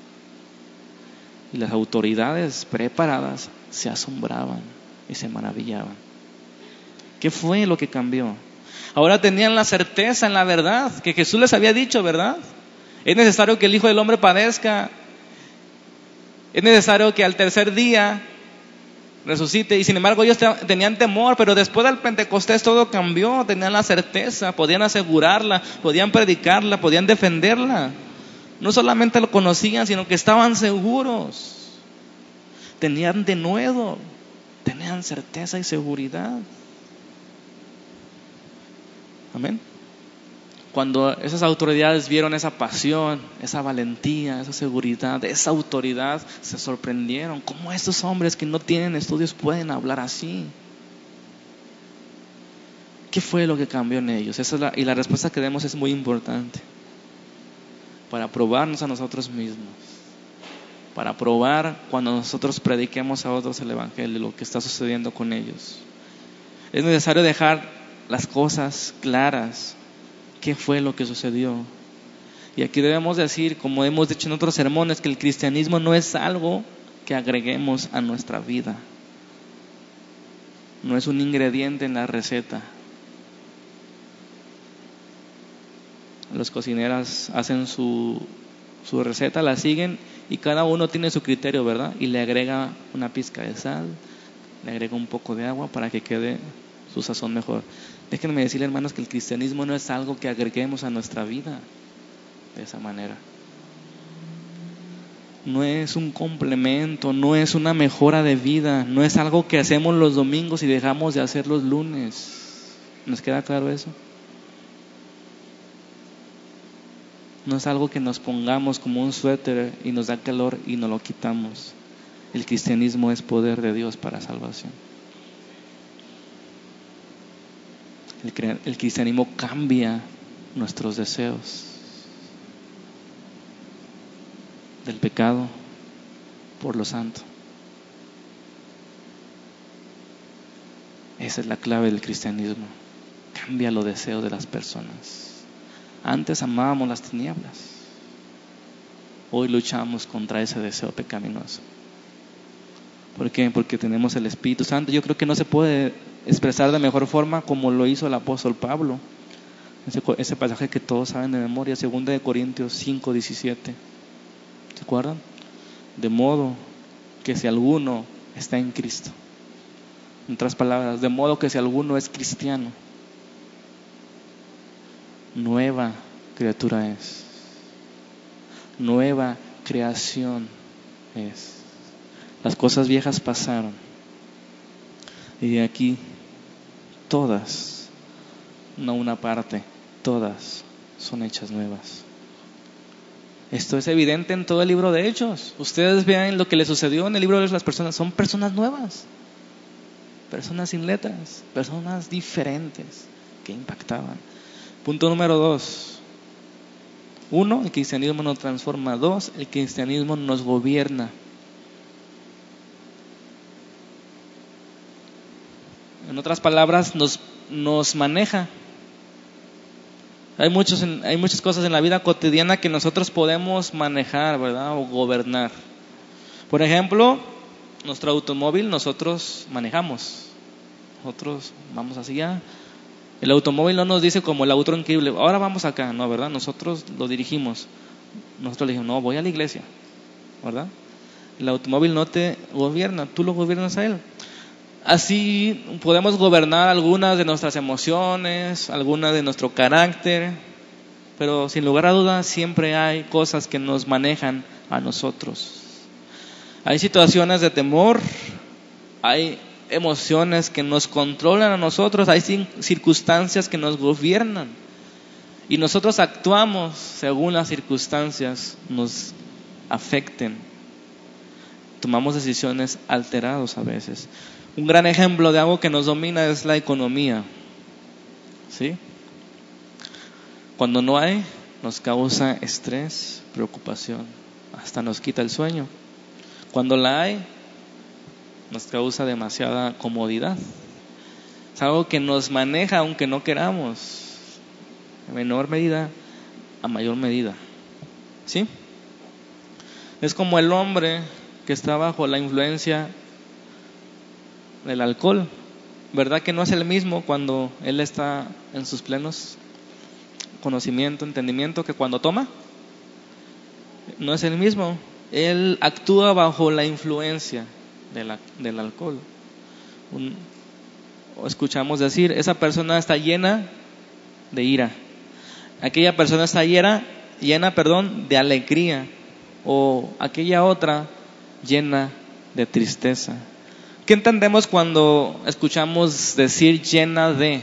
Y las autoridades preparadas se asombraban y se maravillaban. ¿Qué fue lo que cambió? Ahora tenían la certeza en la verdad que Jesús les había dicho, ¿verdad? Es necesario que el Hijo del Hombre padezca. Es necesario que al tercer día resucite. Y sin embargo ellos tenían temor, pero después del Pentecostés todo cambió. Tenían la certeza, podían asegurarla, podían predicarla, podían defenderla. No solamente lo conocían, sino que estaban seguros. Tenían denuedo, tenían certeza y seguridad. Amén. Cuando esas autoridades vieron esa pasión, esa valentía, esa seguridad, esa autoridad, se sorprendieron. ¿Cómo estos hombres que no tienen estudios pueden hablar así? ¿Qué fue lo que cambió en ellos? Esa es la, y la respuesta que demos es muy importante para probarnos a nosotros mismos, para probar cuando nosotros prediquemos a otros el evangelio, lo que está sucediendo con ellos. Es necesario dejar las cosas claras. ¿Qué fue lo que sucedió? Y aquí debemos decir, como hemos dicho en otros sermones, que el cristianismo no es algo que agreguemos a nuestra vida. No es un ingrediente en la receta. Los cocineros hacen su, su receta, la siguen y cada uno tiene su criterio, ¿verdad? Y le agrega una pizca de sal, le agrega un poco de agua para que quede su sazón mejor. Déjenme decirle, hermanos, que el cristianismo no es algo que agreguemos a nuestra vida de esa manera. No es un complemento, no es una mejora de vida, no es algo que hacemos los domingos y dejamos de hacer los lunes. ¿Nos queda claro eso? No es algo que nos pongamos como un suéter y nos da calor y nos lo quitamos. El cristianismo es poder de Dios para salvación. El, el cristianismo cambia nuestros deseos del pecado por lo santo. Esa es la clave del cristianismo. Cambia los deseos de las personas. Antes amábamos las tinieblas. Hoy luchamos contra ese deseo pecaminoso. ¿Por qué? Porque tenemos el Espíritu Santo. Yo creo que no se puede expresar de mejor forma como lo hizo el apóstol Pablo. Ese, ese pasaje que todos saben de memoria, segunda de Corintios cinco diecisiete. ¿Se acuerdan? De modo que si alguno está en Cristo. En otras palabras, de modo que si alguno es cristiano, nueva criatura es. Nueva creación es. Las cosas viejas pasaron y de aquí todas, no una parte, todas son hechas nuevas. Esto es evidente en todo el libro de Hechos. Ustedes vean lo que le sucedió en el libro de Hechos. Las personas son personas nuevas, personas sin letras, personas diferentes que impactaban. Punto número dos. Uno, el cristianismo nos transforma. Dos, el cristianismo nos gobierna. En otras palabras, nos, nos maneja. Hay, muchos, hay muchas cosas en la vida cotidiana que nosotros podemos manejar, ¿verdad? O gobernar. Por ejemplo, nuestro automóvil nosotros manejamos. Nosotros vamos hacia allá. El automóvil no nos dice como el auto increíble, ahora vamos acá, no, ¿verdad? Nosotros lo dirigimos. Nosotros le dijimos, no, voy a la iglesia, ¿verdad? El automóvil no te gobierna, tú lo gobiernas a él. Así podemos gobernar algunas de nuestras emociones, algunas de nuestro carácter, pero sin lugar a dudas siempre hay cosas que nos manejan a nosotros. Hay situaciones de temor, hay emociones que nos controlan a nosotros, hay circunstancias que nos gobiernan y nosotros actuamos según las circunstancias nos afecten. Tomamos decisiones alteradas a veces. Un gran ejemplo de algo que nos domina es la economía, ¿sí? Cuando no hay, nos causa estrés, preocupación, hasta nos quita el sueño. Cuando la hay, nos causa demasiada comodidad. Es algo que nos maneja aunque no queramos, en menor medida a mayor medida, ¿sí? Es como el hombre que está bajo la influencia del alcohol, ¿verdad? Que no es el mismo cuando él está en sus plenos conocimiento, entendimiento, que cuando toma. No es el mismo. Él actúa bajo la influencia de la, del alcohol. Un, o escuchamos decir, esa persona está llena de ira. Aquella persona está llena, llena, perdón, de alegría. O aquella otra llena de tristeza. ¿Qué entendemos cuando escuchamos decir llena de?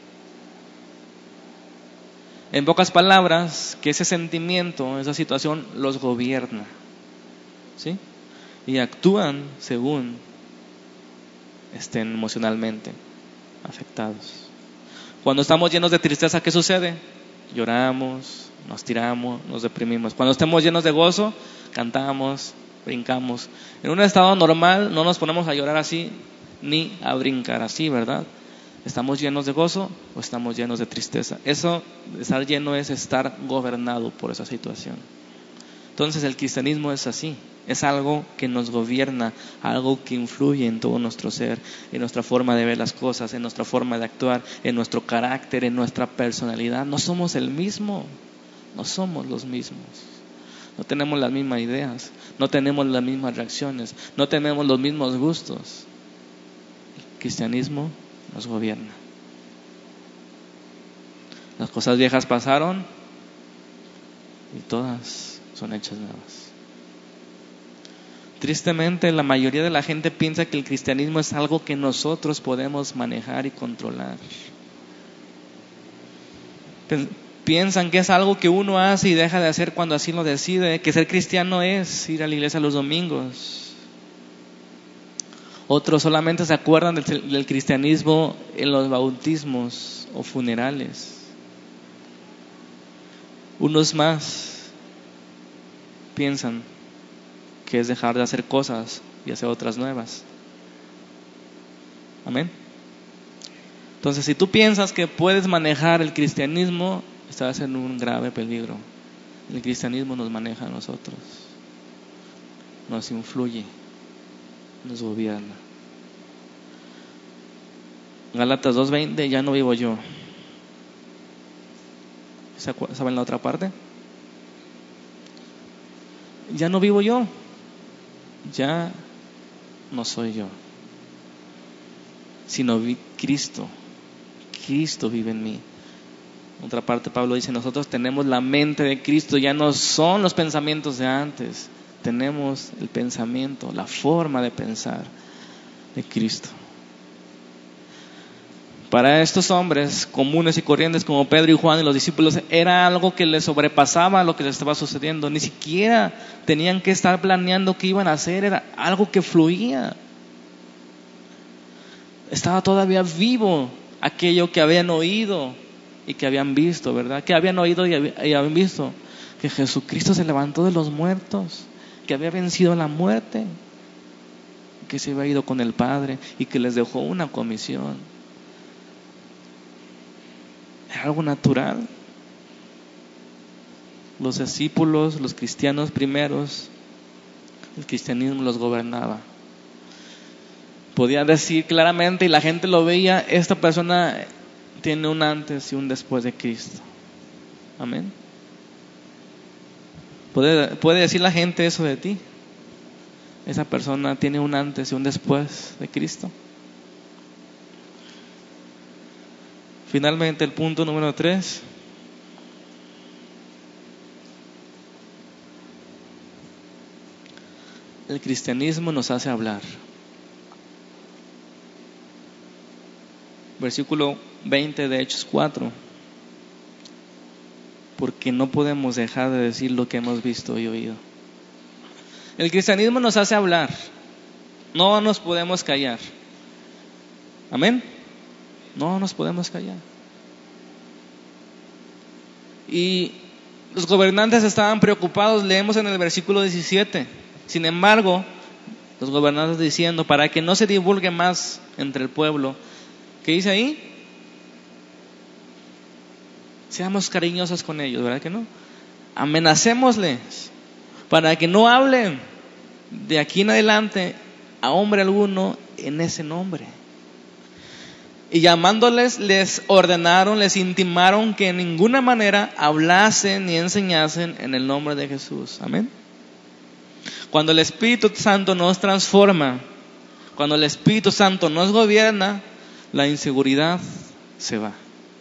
En pocas palabras, que ese sentimiento, esa situación los gobierna, ¿sí? Y actúan según estén emocionalmente afectados. Cuando estamos llenos de tristeza, ¿qué sucede? Lloramos, nos tiramos, nos deprimimos. Cuando estemos llenos de gozo, cantamos, brincamos. En un estado normal no nos ponemos a llorar así ni a brincar así, ¿verdad? ¿Estamos llenos de gozo o estamos llenos de tristeza? Eso, estar lleno, es estar gobernado por esa situación. Entonces el cristianismo es así, es algo que nos gobierna, algo que influye en todo nuestro ser, en nuestra forma de ver las cosas, en nuestra forma de actuar, en nuestro carácter, en nuestra personalidad. No somos el mismo, no somos los mismos. No tenemos las mismas ideas, no tenemos las mismas reacciones, no tenemos los mismos gustos. El cristianismo nos gobierna. Las cosas viejas pasaron y todas son hechas nuevas. Tristemente, la mayoría de la gente piensa que el cristianismo es algo que nosotros podemos manejar y controlar. Piensan que es algo que uno hace y deja de hacer cuando así lo decide, que ser cristiano es ir a la iglesia los domingos. Otros solamente se acuerdan del, del cristianismo en los bautismos o funerales. Unos más piensan que es dejar de hacer cosas y hacer otras nuevas. Amén. Entonces, si tú piensas que puedes manejar el cristianismo, estás en un grave peligro. El cristianismo nos maneja a nosotros, nos influye, nos gobierna. Gálatas dos veinte, ya no vivo yo. ¿Saben la otra parte? Ya no vivo yo, ya no soy yo, sino vi Cristo. Cristo vive en mí. En otra parte Pablo dice, nosotros tenemos la mente de Cristo, ya no son los pensamientos de antes, tenemos el pensamiento, la forma de pensar de Cristo. Para estos hombres comunes y corrientes como Pedro y Juan y los discípulos, era algo que les sobrepasaba lo que les estaba sucediendo. Ni siquiera tenían que estar planeando qué iban a hacer, era algo que fluía. Estaba todavía vivo aquello que habían oído y que habían visto, ¿verdad? Que habían oído y habían visto que Jesucristo se levantó de los muertos, que había vencido la muerte, que se había ido con el Padre y que les dejó una comisión. Era algo natural. Los discípulos, los cristianos primeros, el cristianismo los gobernaba. Podía decir claramente, y la gente lo veía, esta persona tiene un antes y un después de Cristo. Amén. ¿Puede, puede decir la gente eso de ti? Esa persona tiene un antes y un después de Cristo. Finalmente, el punto número tres. El cristianismo nos hace hablar. Versículo veinte de Hechos cuatro. Porque no podemos dejar de decir lo que hemos visto y oído. El cristianismo nos hace hablar. No nos podemos callar. Amén. No nos podemos callar. Y los gobernantes estaban preocupados. Leemos en el versículo diecisiete. Sin embargo, los gobernantes diciendo, para que no se divulgue más entre el pueblo. ¿Qué dice ahí? Seamos cariñosos con ellos, ¿verdad que no? Amenacémosles para que no hablen de aquí en adelante a hombre alguno en ese nombre. Y llamándoles, les ordenaron, les intimaron que en ninguna manera hablasen ni enseñasen en el nombre de Jesús. Amén. Cuando el Espíritu Santo nos transforma, cuando el Espíritu Santo nos gobierna, la inseguridad se va.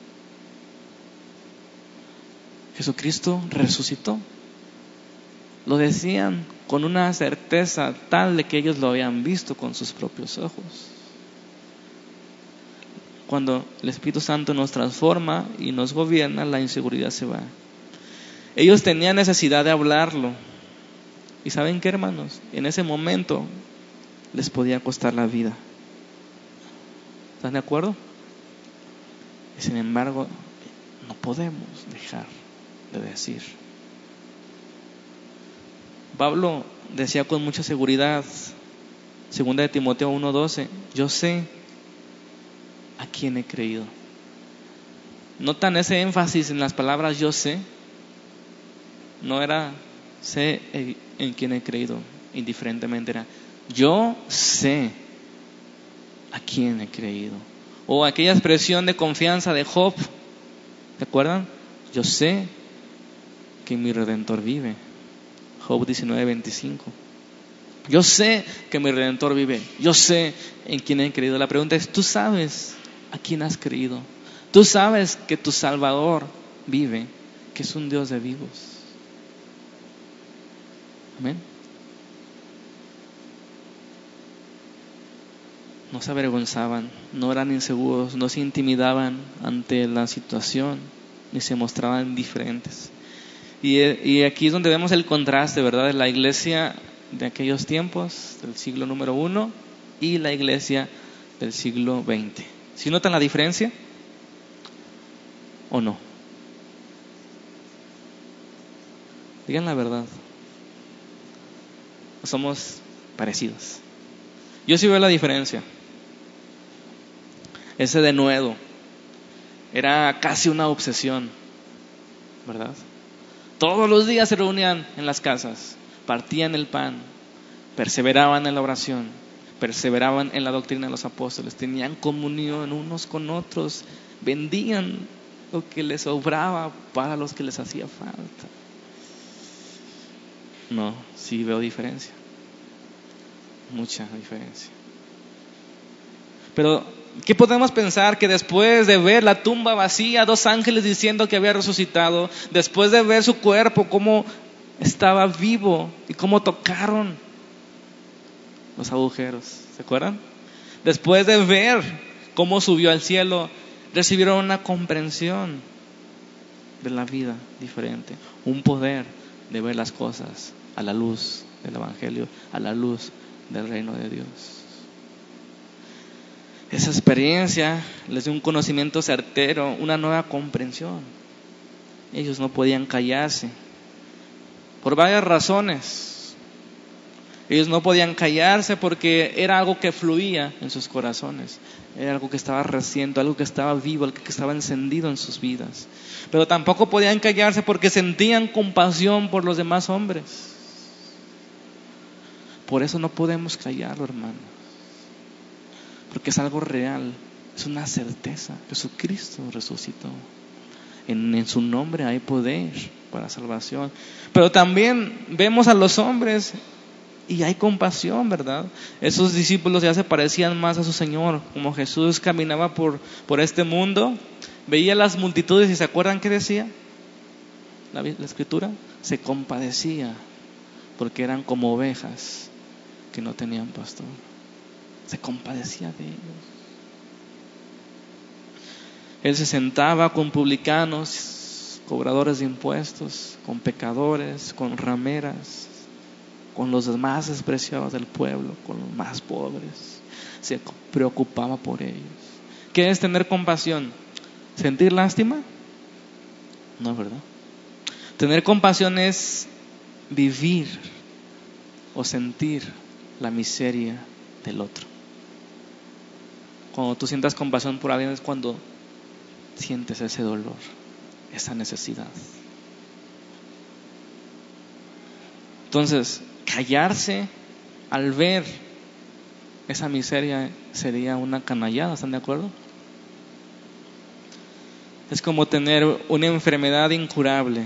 Jesucristo resucitó. Lo decían con una certeza tal de que ellos lo habían visto con sus propios ojos. Cuando el Espíritu Santo nos transforma y nos gobierna, la inseguridad se va. Ellos tenían necesidad de hablarlo. ¿Y saben qué, hermanos? En ese momento les podía costar la vida. ¿Están de acuerdo? Y sin embargo, no podemos dejar de decir. Pablo decía con mucha seguridad, segunda de Timoteo uno doce, yo sé a quién he creído. ¿Notan ese énfasis en las palabras yo sé? No era sé en quién he creído indiferentemente, era yo sé a quién he creído. O aquella expresión de confianza de Job, ¿te acuerdan? Yo sé que mi Redentor vive. Job diecinueve veinticinco. Yo sé que mi Redentor vive. Yo sé en quién he creído. La pregunta es, ¿tú sabes a quién has creído? ¿Tú sabes que tu Salvador vive? Que es un Dios de vivos. Amén. No se avergonzaban, no eran inseguros, no se intimidaban ante la situación, ni se mostraban indiferentes. Y, y aquí es donde vemos el contraste, ¿verdad? De la iglesia de aquellos tiempos, del siglo número uno, y la iglesia del siglo veinte. ¿Sí notan la diferencia? ¿O no? Digan la verdad. Somos parecidos. Yo sí veo la diferencia. Ese denuedo, Era casi una obsesión, ¿verdad? Todos los días se reunían en las casas, partían el pan, perseveraban en la oración, perseveraban en la doctrina de los apóstoles, tenían comunión unos con otros, vendían lo que les sobraba para los que les hacía falta. No, sí veo diferencia, mucha diferencia. Pero ¿qué podemos pensar? Que después de ver la tumba vacía, dos ángeles diciendo que había resucitado, después de ver su cuerpo, cómo estaba vivo y cómo tocaron los agujeros, ¿se acuerdan? Después de ver cómo subió al cielo, recibieron una comprensión de la vida diferente, un poder de ver las cosas a la luz del Evangelio, a la luz del reino de Dios. Esa experiencia les dio un conocimiento certero, una nueva comprensión. Ellos no podían callarse por varias razones. Ellos no podían callarse porque era algo que fluía en sus corazones, era algo que estaba reciente, algo que estaba vivo, algo que estaba encendido en sus vidas. Pero tampoco podían callarse porque sentían compasión por los demás hombres. Por eso no podemos callarlo, hermano, porque es algo real, es una certeza. Jesucristo resucitó. En, en su nombre hay poder para salvación. Pero también vemos a los hombres y hay compasión, ¿verdad? Esos discípulos ya se parecían más a su Señor. Como Jesús caminaba por, por este mundo, veía las multitudes y ¿se acuerdan qué decía? La, la Escritura se compadecía porque eran como ovejas que no tenían pastor. Se compadecía de ellos. Él se sentaba con publicanos, cobradores de impuestos, con pecadores, con rameras, con los más despreciados del pueblo, con los más pobres. Se preocupaba por ellos. ¿Qué es tener compasión? ¿Sentir lástima? No, ¿verdad? Tener compasión es vivir o sentir la miseria del otro. Cuando tú sientas compasión por alguien es cuando sientes ese dolor, esa necesidad. Entonces, callarse al ver esa miseria sería una canallada, ¿están de acuerdo? Es como tener una enfermedad incurable.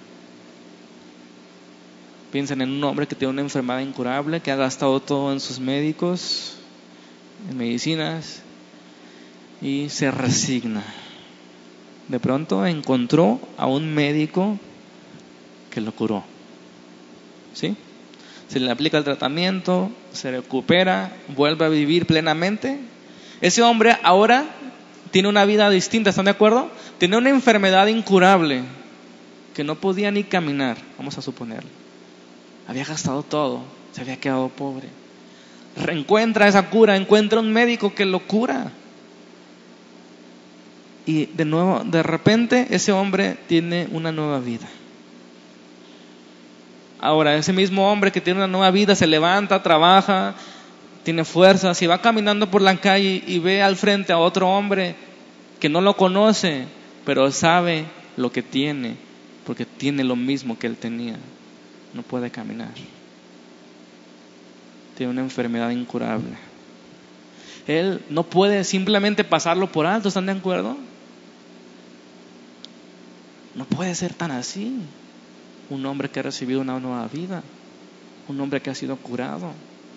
Piensen en un hombre que tiene una enfermedad incurable, que ha gastado todo en sus médicos, en medicinas, y se resigna. De pronto encontró a un médico que lo curó, ¿sí? Se le aplica el tratamiento, se recupera, vuelve a vivir plenamente. Ese hombre ahora tiene una vida distinta, ¿están de acuerdo? Tiene una enfermedad incurable que no podía ni caminar, vamos a suponerlo. Había gastado todo, se había quedado pobre. Reencuentra esa cura, encuentra un médico que lo cura. Y de nuevo, de repente, ese hombre tiene una nueva vida. Ahora, ese mismo hombre que tiene una nueva vida se levanta, trabaja, tiene fuerzas y va caminando por la calle y ve al frente a otro hombre que no lo conoce, pero sabe lo que tiene, porque tiene lo mismo que él tenía. No puede caminar. Tiene una enfermedad incurable. Él no puede simplemente pasarlo por alto, ¿están de acuerdo? No puede ser tan así. Un hombre que ha recibido una nueva vida, un hombre que ha sido curado.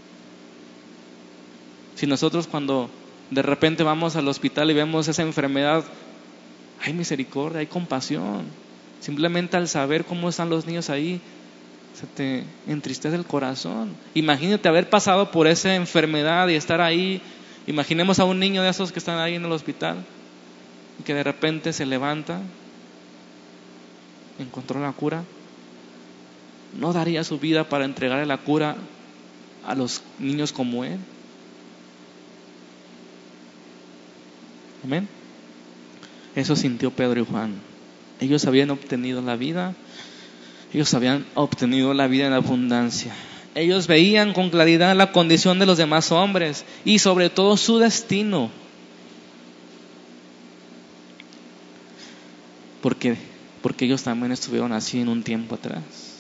Si nosotros cuando de repente vamos al hospital y vemos esa enfermedad, hay misericordia, hay compasión. Simplemente al saber cómo están los niños ahí, se te entristece el corazón. Imagínate haber pasado por esa enfermedad y estar ahí. Imaginemos a un niño de esos que están ahí en el hospital y que de repente se levanta, encontró la cura. ¿No daría su vida para entregarle la cura a los niños como él? Amén. Eso sintió Pedro y Juan. Ellos habían obtenido la vida. Ellos habían obtenido la vida en abundancia. Ellos veían con claridad la condición de los demás hombres y sobre todo su destino. Porque, porque ellos también estuvieron así en un tiempo atrás.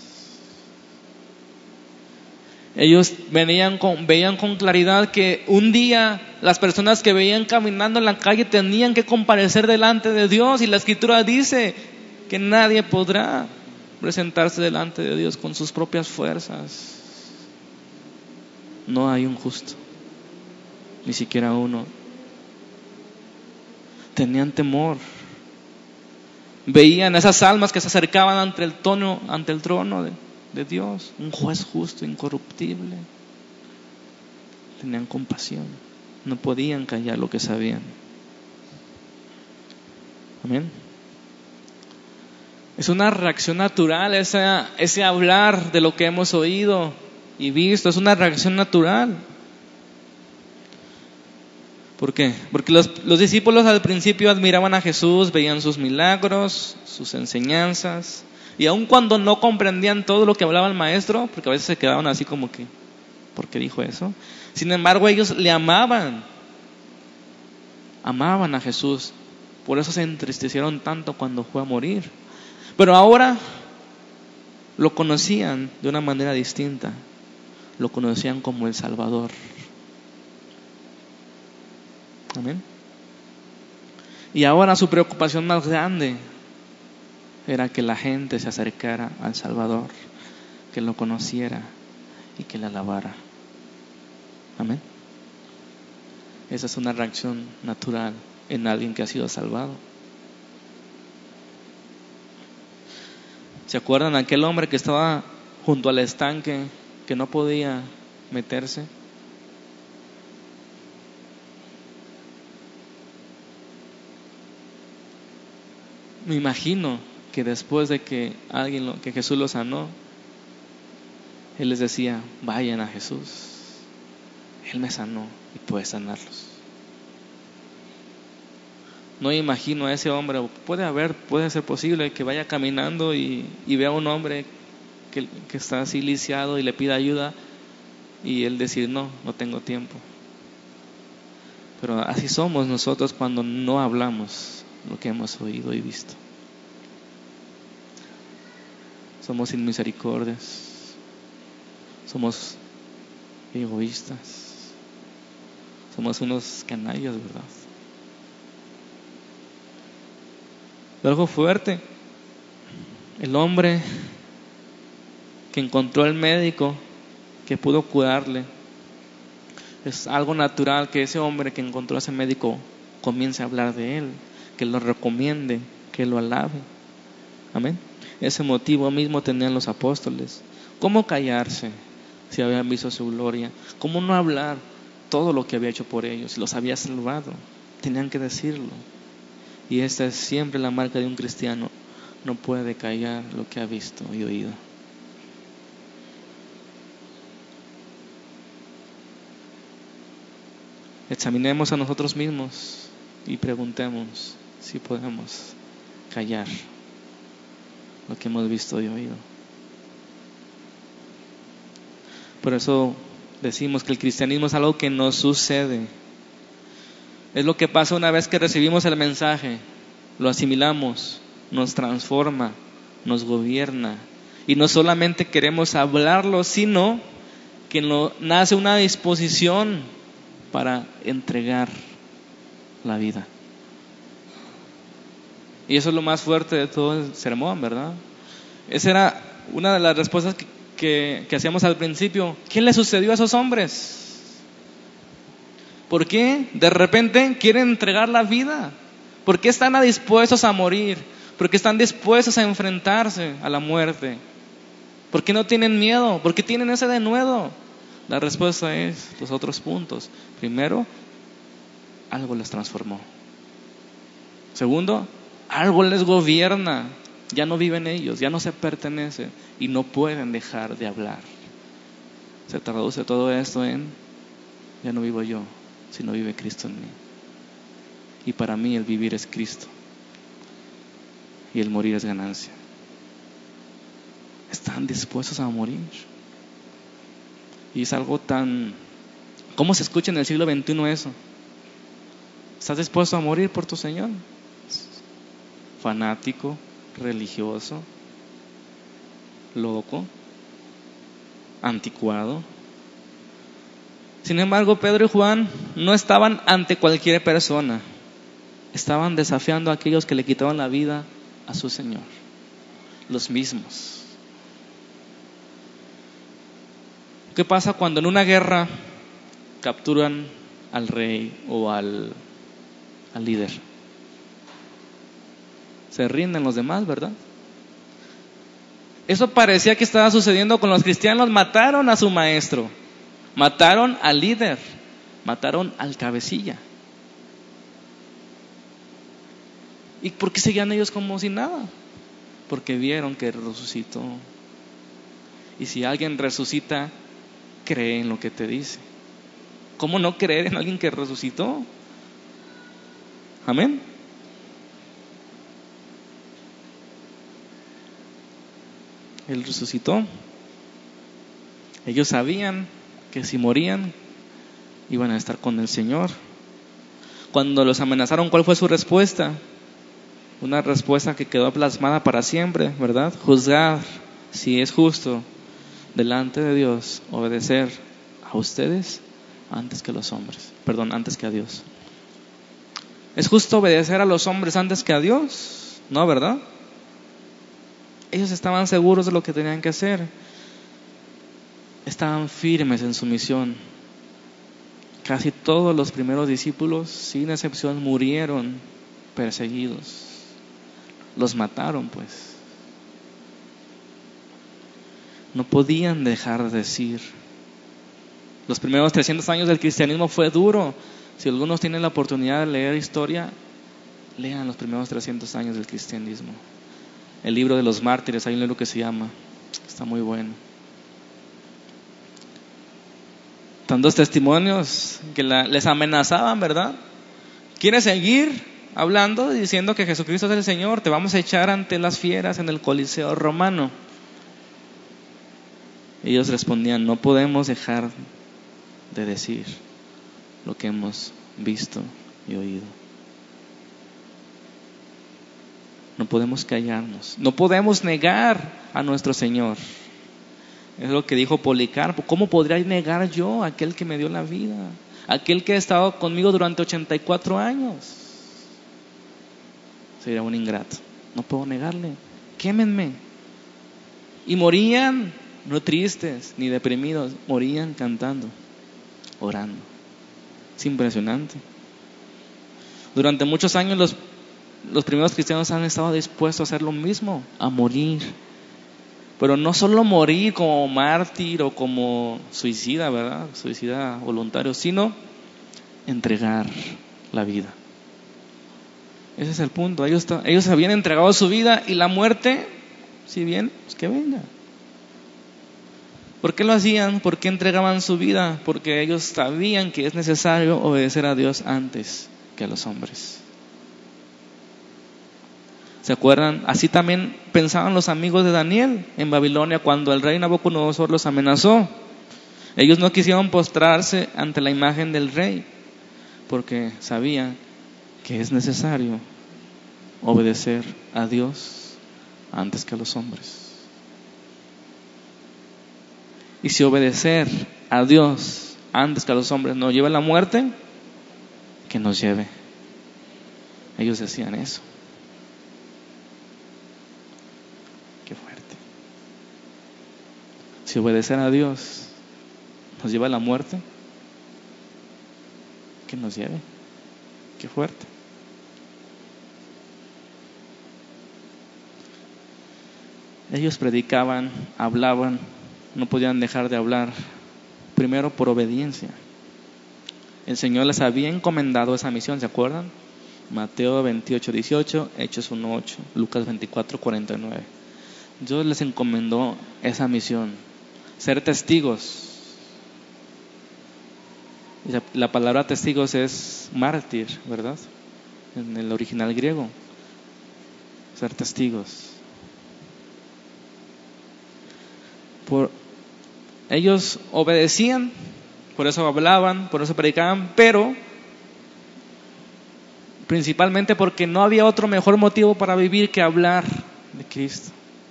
Ellos venían con, veían con claridad que un día las personas que veían caminando en la calle tenían que comparecer delante de Dios, y la Escritura dice que nadie podrá presentarse delante de Dios con sus propias fuerzas. No hay un justo, ni siquiera uno. Tenían temor. Veían esas almas que se acercaban ante el trono, ante el trono de, de Dios, un juez justo, incorruptible. Tenían compasión, no podían callar lo que sabían. Amén. Es una reacción natural ese, ese hablar de lo que hemos oído y visto, es una reacción natural. ¿Por qué? Porque los, los discípulos al principio admiraban a Jesús, veían sus milagros, sus enseñanzas, y aun cuando no comprendían todo lo que hablaba el maestro, porque a veces se quedaban así como que, ¿por qué dijo eso? Sin embargo, ellos le amaban, amaban a Jesús, por eso se entristecieron tanto cuando fue a morir. Pero ahora lo conocían de una manera distinta, lo conocían como el Salvador. Amén. Y ahora su preocupación más grande era que la gente se acercara al Salvador, que lo conociera y que le alabara. Amén. Esa es una reacción natural en alguien que ha sido salvado. ¿Se acuerdan de aquel hombre que estaba junto al estanque, que no podía meterse? Me imagino que después de que alguien lo, que Jesús lo sanó, Él les decía: vayan a Jesús, Él me sanó y puede sanarlos. No me imagino a ese hombre, puede haber, puede ser posible que vaya caminando y, y vea a un hombre que, que está así lisiado y le pida ayuda, y él decir: no, no tengo tiempo. Pero así somos nosotros cuando no hablamos lo que hemos oído y visto. Somos sin misericordias, somos egoístas, somos unos canallas, ¿verdad? Algo fuerte. El hombre que encontró el médico que pudo curarle, es algo natural que ese hombre que encontró a ese médico comience a hablar de él, que lo recomiende, que lo alabe. Amén. Ese motivo mismo tenían los apóstoles. ¿Cómo callarse si habían visto su gloria? ¿Cómo no hablar todo lo que había hecho por ellos? Si los había salvado, tenían que decirlo. Y esta es siempre la marca de un cristiano: no puede callar lo que ha visto y oído. Examinemos a nosotros mismos y preguntemos si podemos callar lo que hemos visto y oído. Por eso decimos que el cristianismo es algo que nos sucede. Es lo que pasa una vez que recibimos el mensaje, lo asimilamos, nos transforma, nos gobierna. Y no solamente queremos hablarlo, sino que no, nace una disposición para entregar la vida. Y eso es lo más fuerte de todo el sermón, ¿verdad? Esa era una de las respuestas que, que, que hacíamos al principio. ¿Qué le sucedió a esos hombres? ¿Por qué de repente quieren entregar la vida? ¿Por qué están dispuestos a morir? ¿Por qué están dispuestos a enfrentarse a la muerte? ¿Por qué no tienen miedo? ¿Por qué tienen ese denuedo? La respuesta es los otros puntos. Primero, algo les transformó. Segundo, algo les gobierna. Ya no viven ellos, ya no se pertenecen y no pueden dejar de hablar. Se traduce todo esto en: ya no vivo yo, sino vive Cristo en mí. Y para mí el vivir es Cristo y el morir es ganancia. Están dispuestos a morir. Y es algo tan... ¿Cómo se escucha en el siglo veintiuno eso? ¿Estás dispuesto a morir por tu Señor? fanático, religioso, loco, anticuado. Sin embargo, Pedro y Juan no estaban ante cualquier persona. Estaban desafiando a aquellos que le quitaban la vida a su Señor. Los mismos. ¿Qué pasa cuando en una guerra capturan al rey o al, al líder? Se rinden los demás, ¿verdad? Eso parecía que estaba sucediendo con los cristianos. Mataron a su maestro, mataron al líder, mataron al cabecilla. ¿Y por qué seguían ellos como si nada? Porque vieron que resucitó. Y si alguien resucita, cree en lo que te dice. ¿Cómo no creer en alguien que resucitó? Amén. Él resucitó. Ellos sabían que si morían, iban a estar con el Señor. Cuando los amenazaron, ¿cuál fue su respuesta? Una respuesta que quedó plasmada para siempre, ¿verdad? Juzgar si es justo delante de Dios, obedecer a ustedes antes que a los hombres. Perdón, antes que a Dios. ¿Es justo obedecer a los hombres antes que a Dios? No, ¿verdad? Ellos estaban seguros de lo que tenían que hacer. Estaban firmes en su misión. Casi todos los primeros discípulos, sin excepción, murieron perseguidos. Los mataron, pues. No podían dejar de decir. Los primeros trescientos años del cristianismo fue duro. Si algunos tienen la oportunidad de leer historia, lean los primeros trescientos años del cristianismo. El libro de los mártires, hay un libro que se llama, está muy bueno. Tantos testimonios que la, les amenazaban, ¿verdad? ¿Quieres seguir hablando, diciendo que Jesucristo es el Señor? Te vamos a echar ante las fieras en el Coliseo romano. Ellos respondían: no podemos dejar de decir lo que hemos visto y oído. No podemos callarnos, no podemos negar a nuestro Señor. Es lo que dijo Policarpo: ¿cómo podría negar yo a aquel que me dio la vida? Aquel que ha estado conmigo durante ochenta y cuatro años. Sería un ingrato. No puedo negarle. Quémenme. Y morían, no tristes ni deprimidos, morían cantando, orando. Es impresionante. Durante muchos años los Los primeros cristianos han estado dispuestos a hacer lo mismo, a morir. Pero no solo morir como mártir o como suicida, ¿verdad? Suicida voluntario, sino entregar la vida. Ese es el punto. Ellos, ellos habían entregado su vida, y la muerte, si bien, pues que venga. ¿Por qué lo hacían? ¿Por qué entregaban su vida? Porque ellos sabían que es necesario obedecer a Dios antes que a los hombres. ¿Se acuerdan? Así también pensaban los amigos de Daniel en Babilonia cuando el rey Nabucodonosor los amenazó. Ellos no quisieron postrarse ante la imagen del rey porque sabían que es necesario obedecer a Dios antes que a los hombres. Y si obedecer a Dios antes que a los hombres nos lleva a la muerte, que nos lleve. Ellos decían eso. Qué fuerte. Si obedecer a Dios nos lleva a la muerte, que nos lleve. Qué fuerte. Ellos predicaban, hablaban, no podían dejar de hablar, primero por obediencia. El Señor les había encomendado esa misión, ¿se acuerdan? Mateo veintiocho, dieciocho, Hechos uno, ocho, Lucas veinticuatro, cuarenta y nueve. Dios les encomendó esa misión, ser testigos. La palabra testigos es mártir, ¿verdad? En el original griego. Ser testigos. Por, ellos obedecían, por eso hablaban, por eso predicaban, pero principalmente porque no había otro mejor motivo para vivir que hablar de Cristo.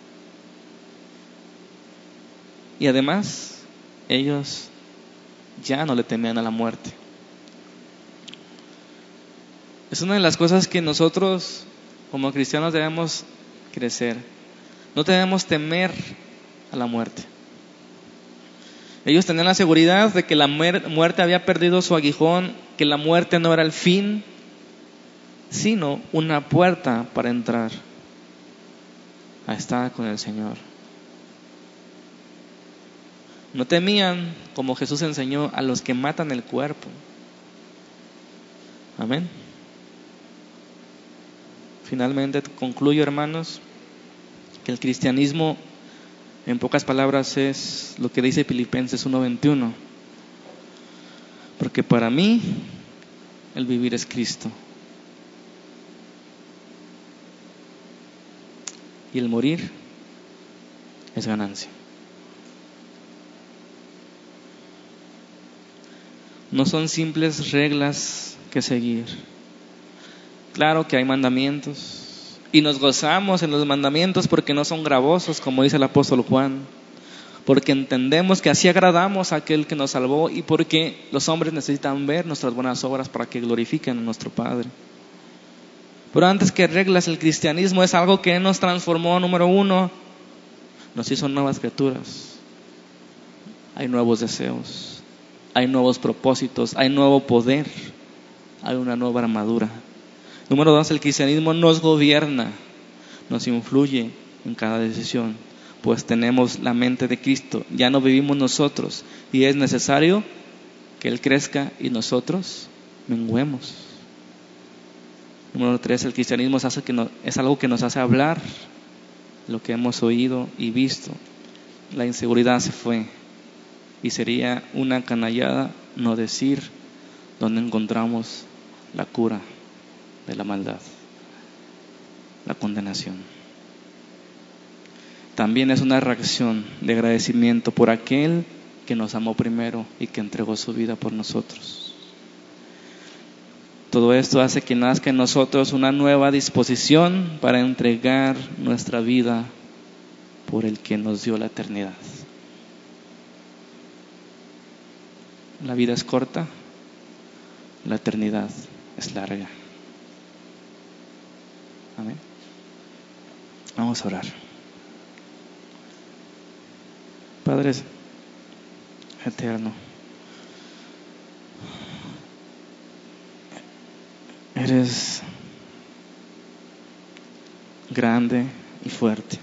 Y además, ellos ya no le temían a la muerte. Es una de las cosas que nosotros como cristianos debemos crecer. No debemos temer a la muerte. Ellos tenían la seguridad de que la muerte había perdido su aguijón, que la muerte no era el fin, sino una puerta para entrar a estar con el Señor. No temían, como Jesús enseñó, a los que matan el cuerpo. Amén. Finalmente concluyo, hermanos, que el cristianismo, en pocas palabras, es lo que dice Filipenses uno veintiuno. Porque para mí el vivir es Cristo y el morir es ganancia. No son simples reglas que seguir. Claro que hay mandamientos y nos gozamos en los mandamientos porque no son gravosos, como dice el apóstol Juan, porque entendemos que así agradamos a aquel que nos salvó y porque los hombres necesitan ver nuestras buenas obras para que glorifiquen a nuestro Padre. Pero antes que reglas, el cristianismo es algo que nos transformó. Número uno, nos hizo nuevas criaturas. Hay nuevos deseos, hay nuevos propósitos, hay nuevo poder, hay una nueva armadura. Número dos, el cristianismo nos gobierna, nos influye en cada decisión, pues tenemos la mente de Cristo, ya no vivimos nosotros y es necesario que Él crezca y nosotros menguemos. Número tres, el cristianismo es, hace que no, es algo que nos hace hablar lo que hemos oído y visto. La inseguridad se fue y sería una canallada no decir dónde encontramos la cura de la maldad, la condenación. También es una reacción de agradecimiento por aquel que nos amó primero y que entregó su vida por nosotros. Todo esto hace que nazca en nosotros una nueva disposición para entregar nuestra vida por el que nos dio la eternidad. La vida es corta, la eternidad es larga. Amén. Vamos a orar. Padre eterno, eres grande y fuerte.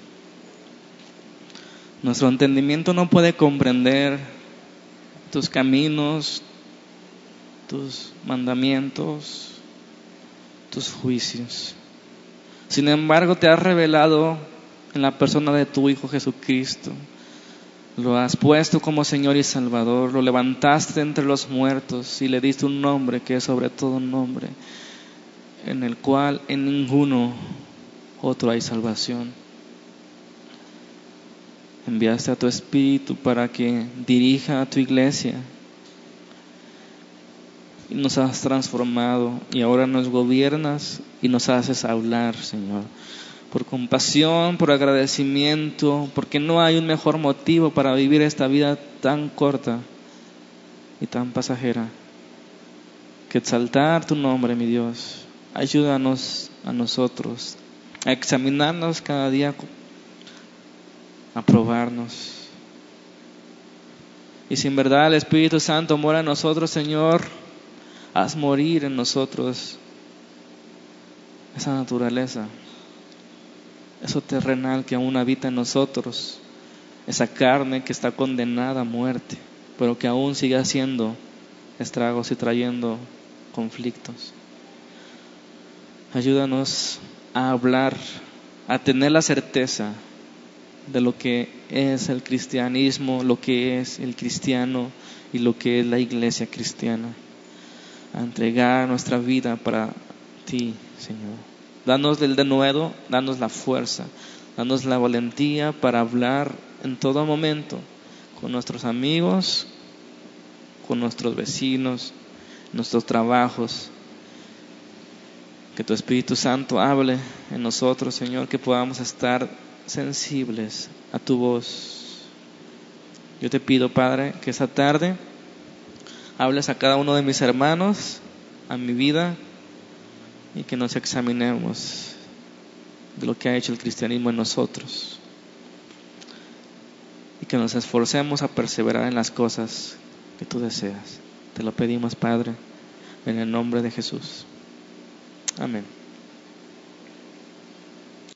Nuestro entendimiento no puede comprender tus caminos, tus mandamientos, tus juicios. Sin embargo, te has revelado en la persona de tu Hijo Jesucristo. Lo has puesto como Señor y Salvador, lo levantaste entre los muertos y le diste un nombre que es sobre todo un nombre, en el cual en ninguno otro hay salvación. Enviaste a tu Espíritu para que dirija a tu iglesia y nos has transformado y ahora nos gobiernas y nos haces hablar, Señor, por compasión, por agradecimiento, porque no hay un mejor motivo para vivir esta vida tan corta y tan pasajera que exaltar tu nombre, mi Dios. Ayúdanos a nosotros a examinarnos cada día, a probarnos. Y si en verdad el Espíritu Santo mora en nosotros, Señor, haz morir en nosotros esa naturaleza, eso terrenal que aún habita en nosotros, esa carne que está condenada a muerte, pero que aún sigue haciendo estragos y trayendo conflictos. Ayúdanos a hablar, a tener la certeza de lo que es el cristianismo, lo que es el cristiano y lo que es la iglesia cristiana. A entregar nuestra vida para ti, Señor. Danos el denuedo, danos la fuerza, danos la valentía para hablar en todo momento con nuestros amigos, con nuestros vecinos, nuestros trabajos, Que tu Espíritu Santo hable en nosotros, Señor, que podamos estar sensibles a tu voz. Yo te pido, Padre, que esta tarde hables a cada uno de mis hermanos, a mi vida, y que nos examinemos de lo que ha hecho el cristianismo en nosotros, y que nos esforcemos a perseverar en las cosas que tú deseas. Te lo pedimos, Padre, en el nombre de Jesús. Amén.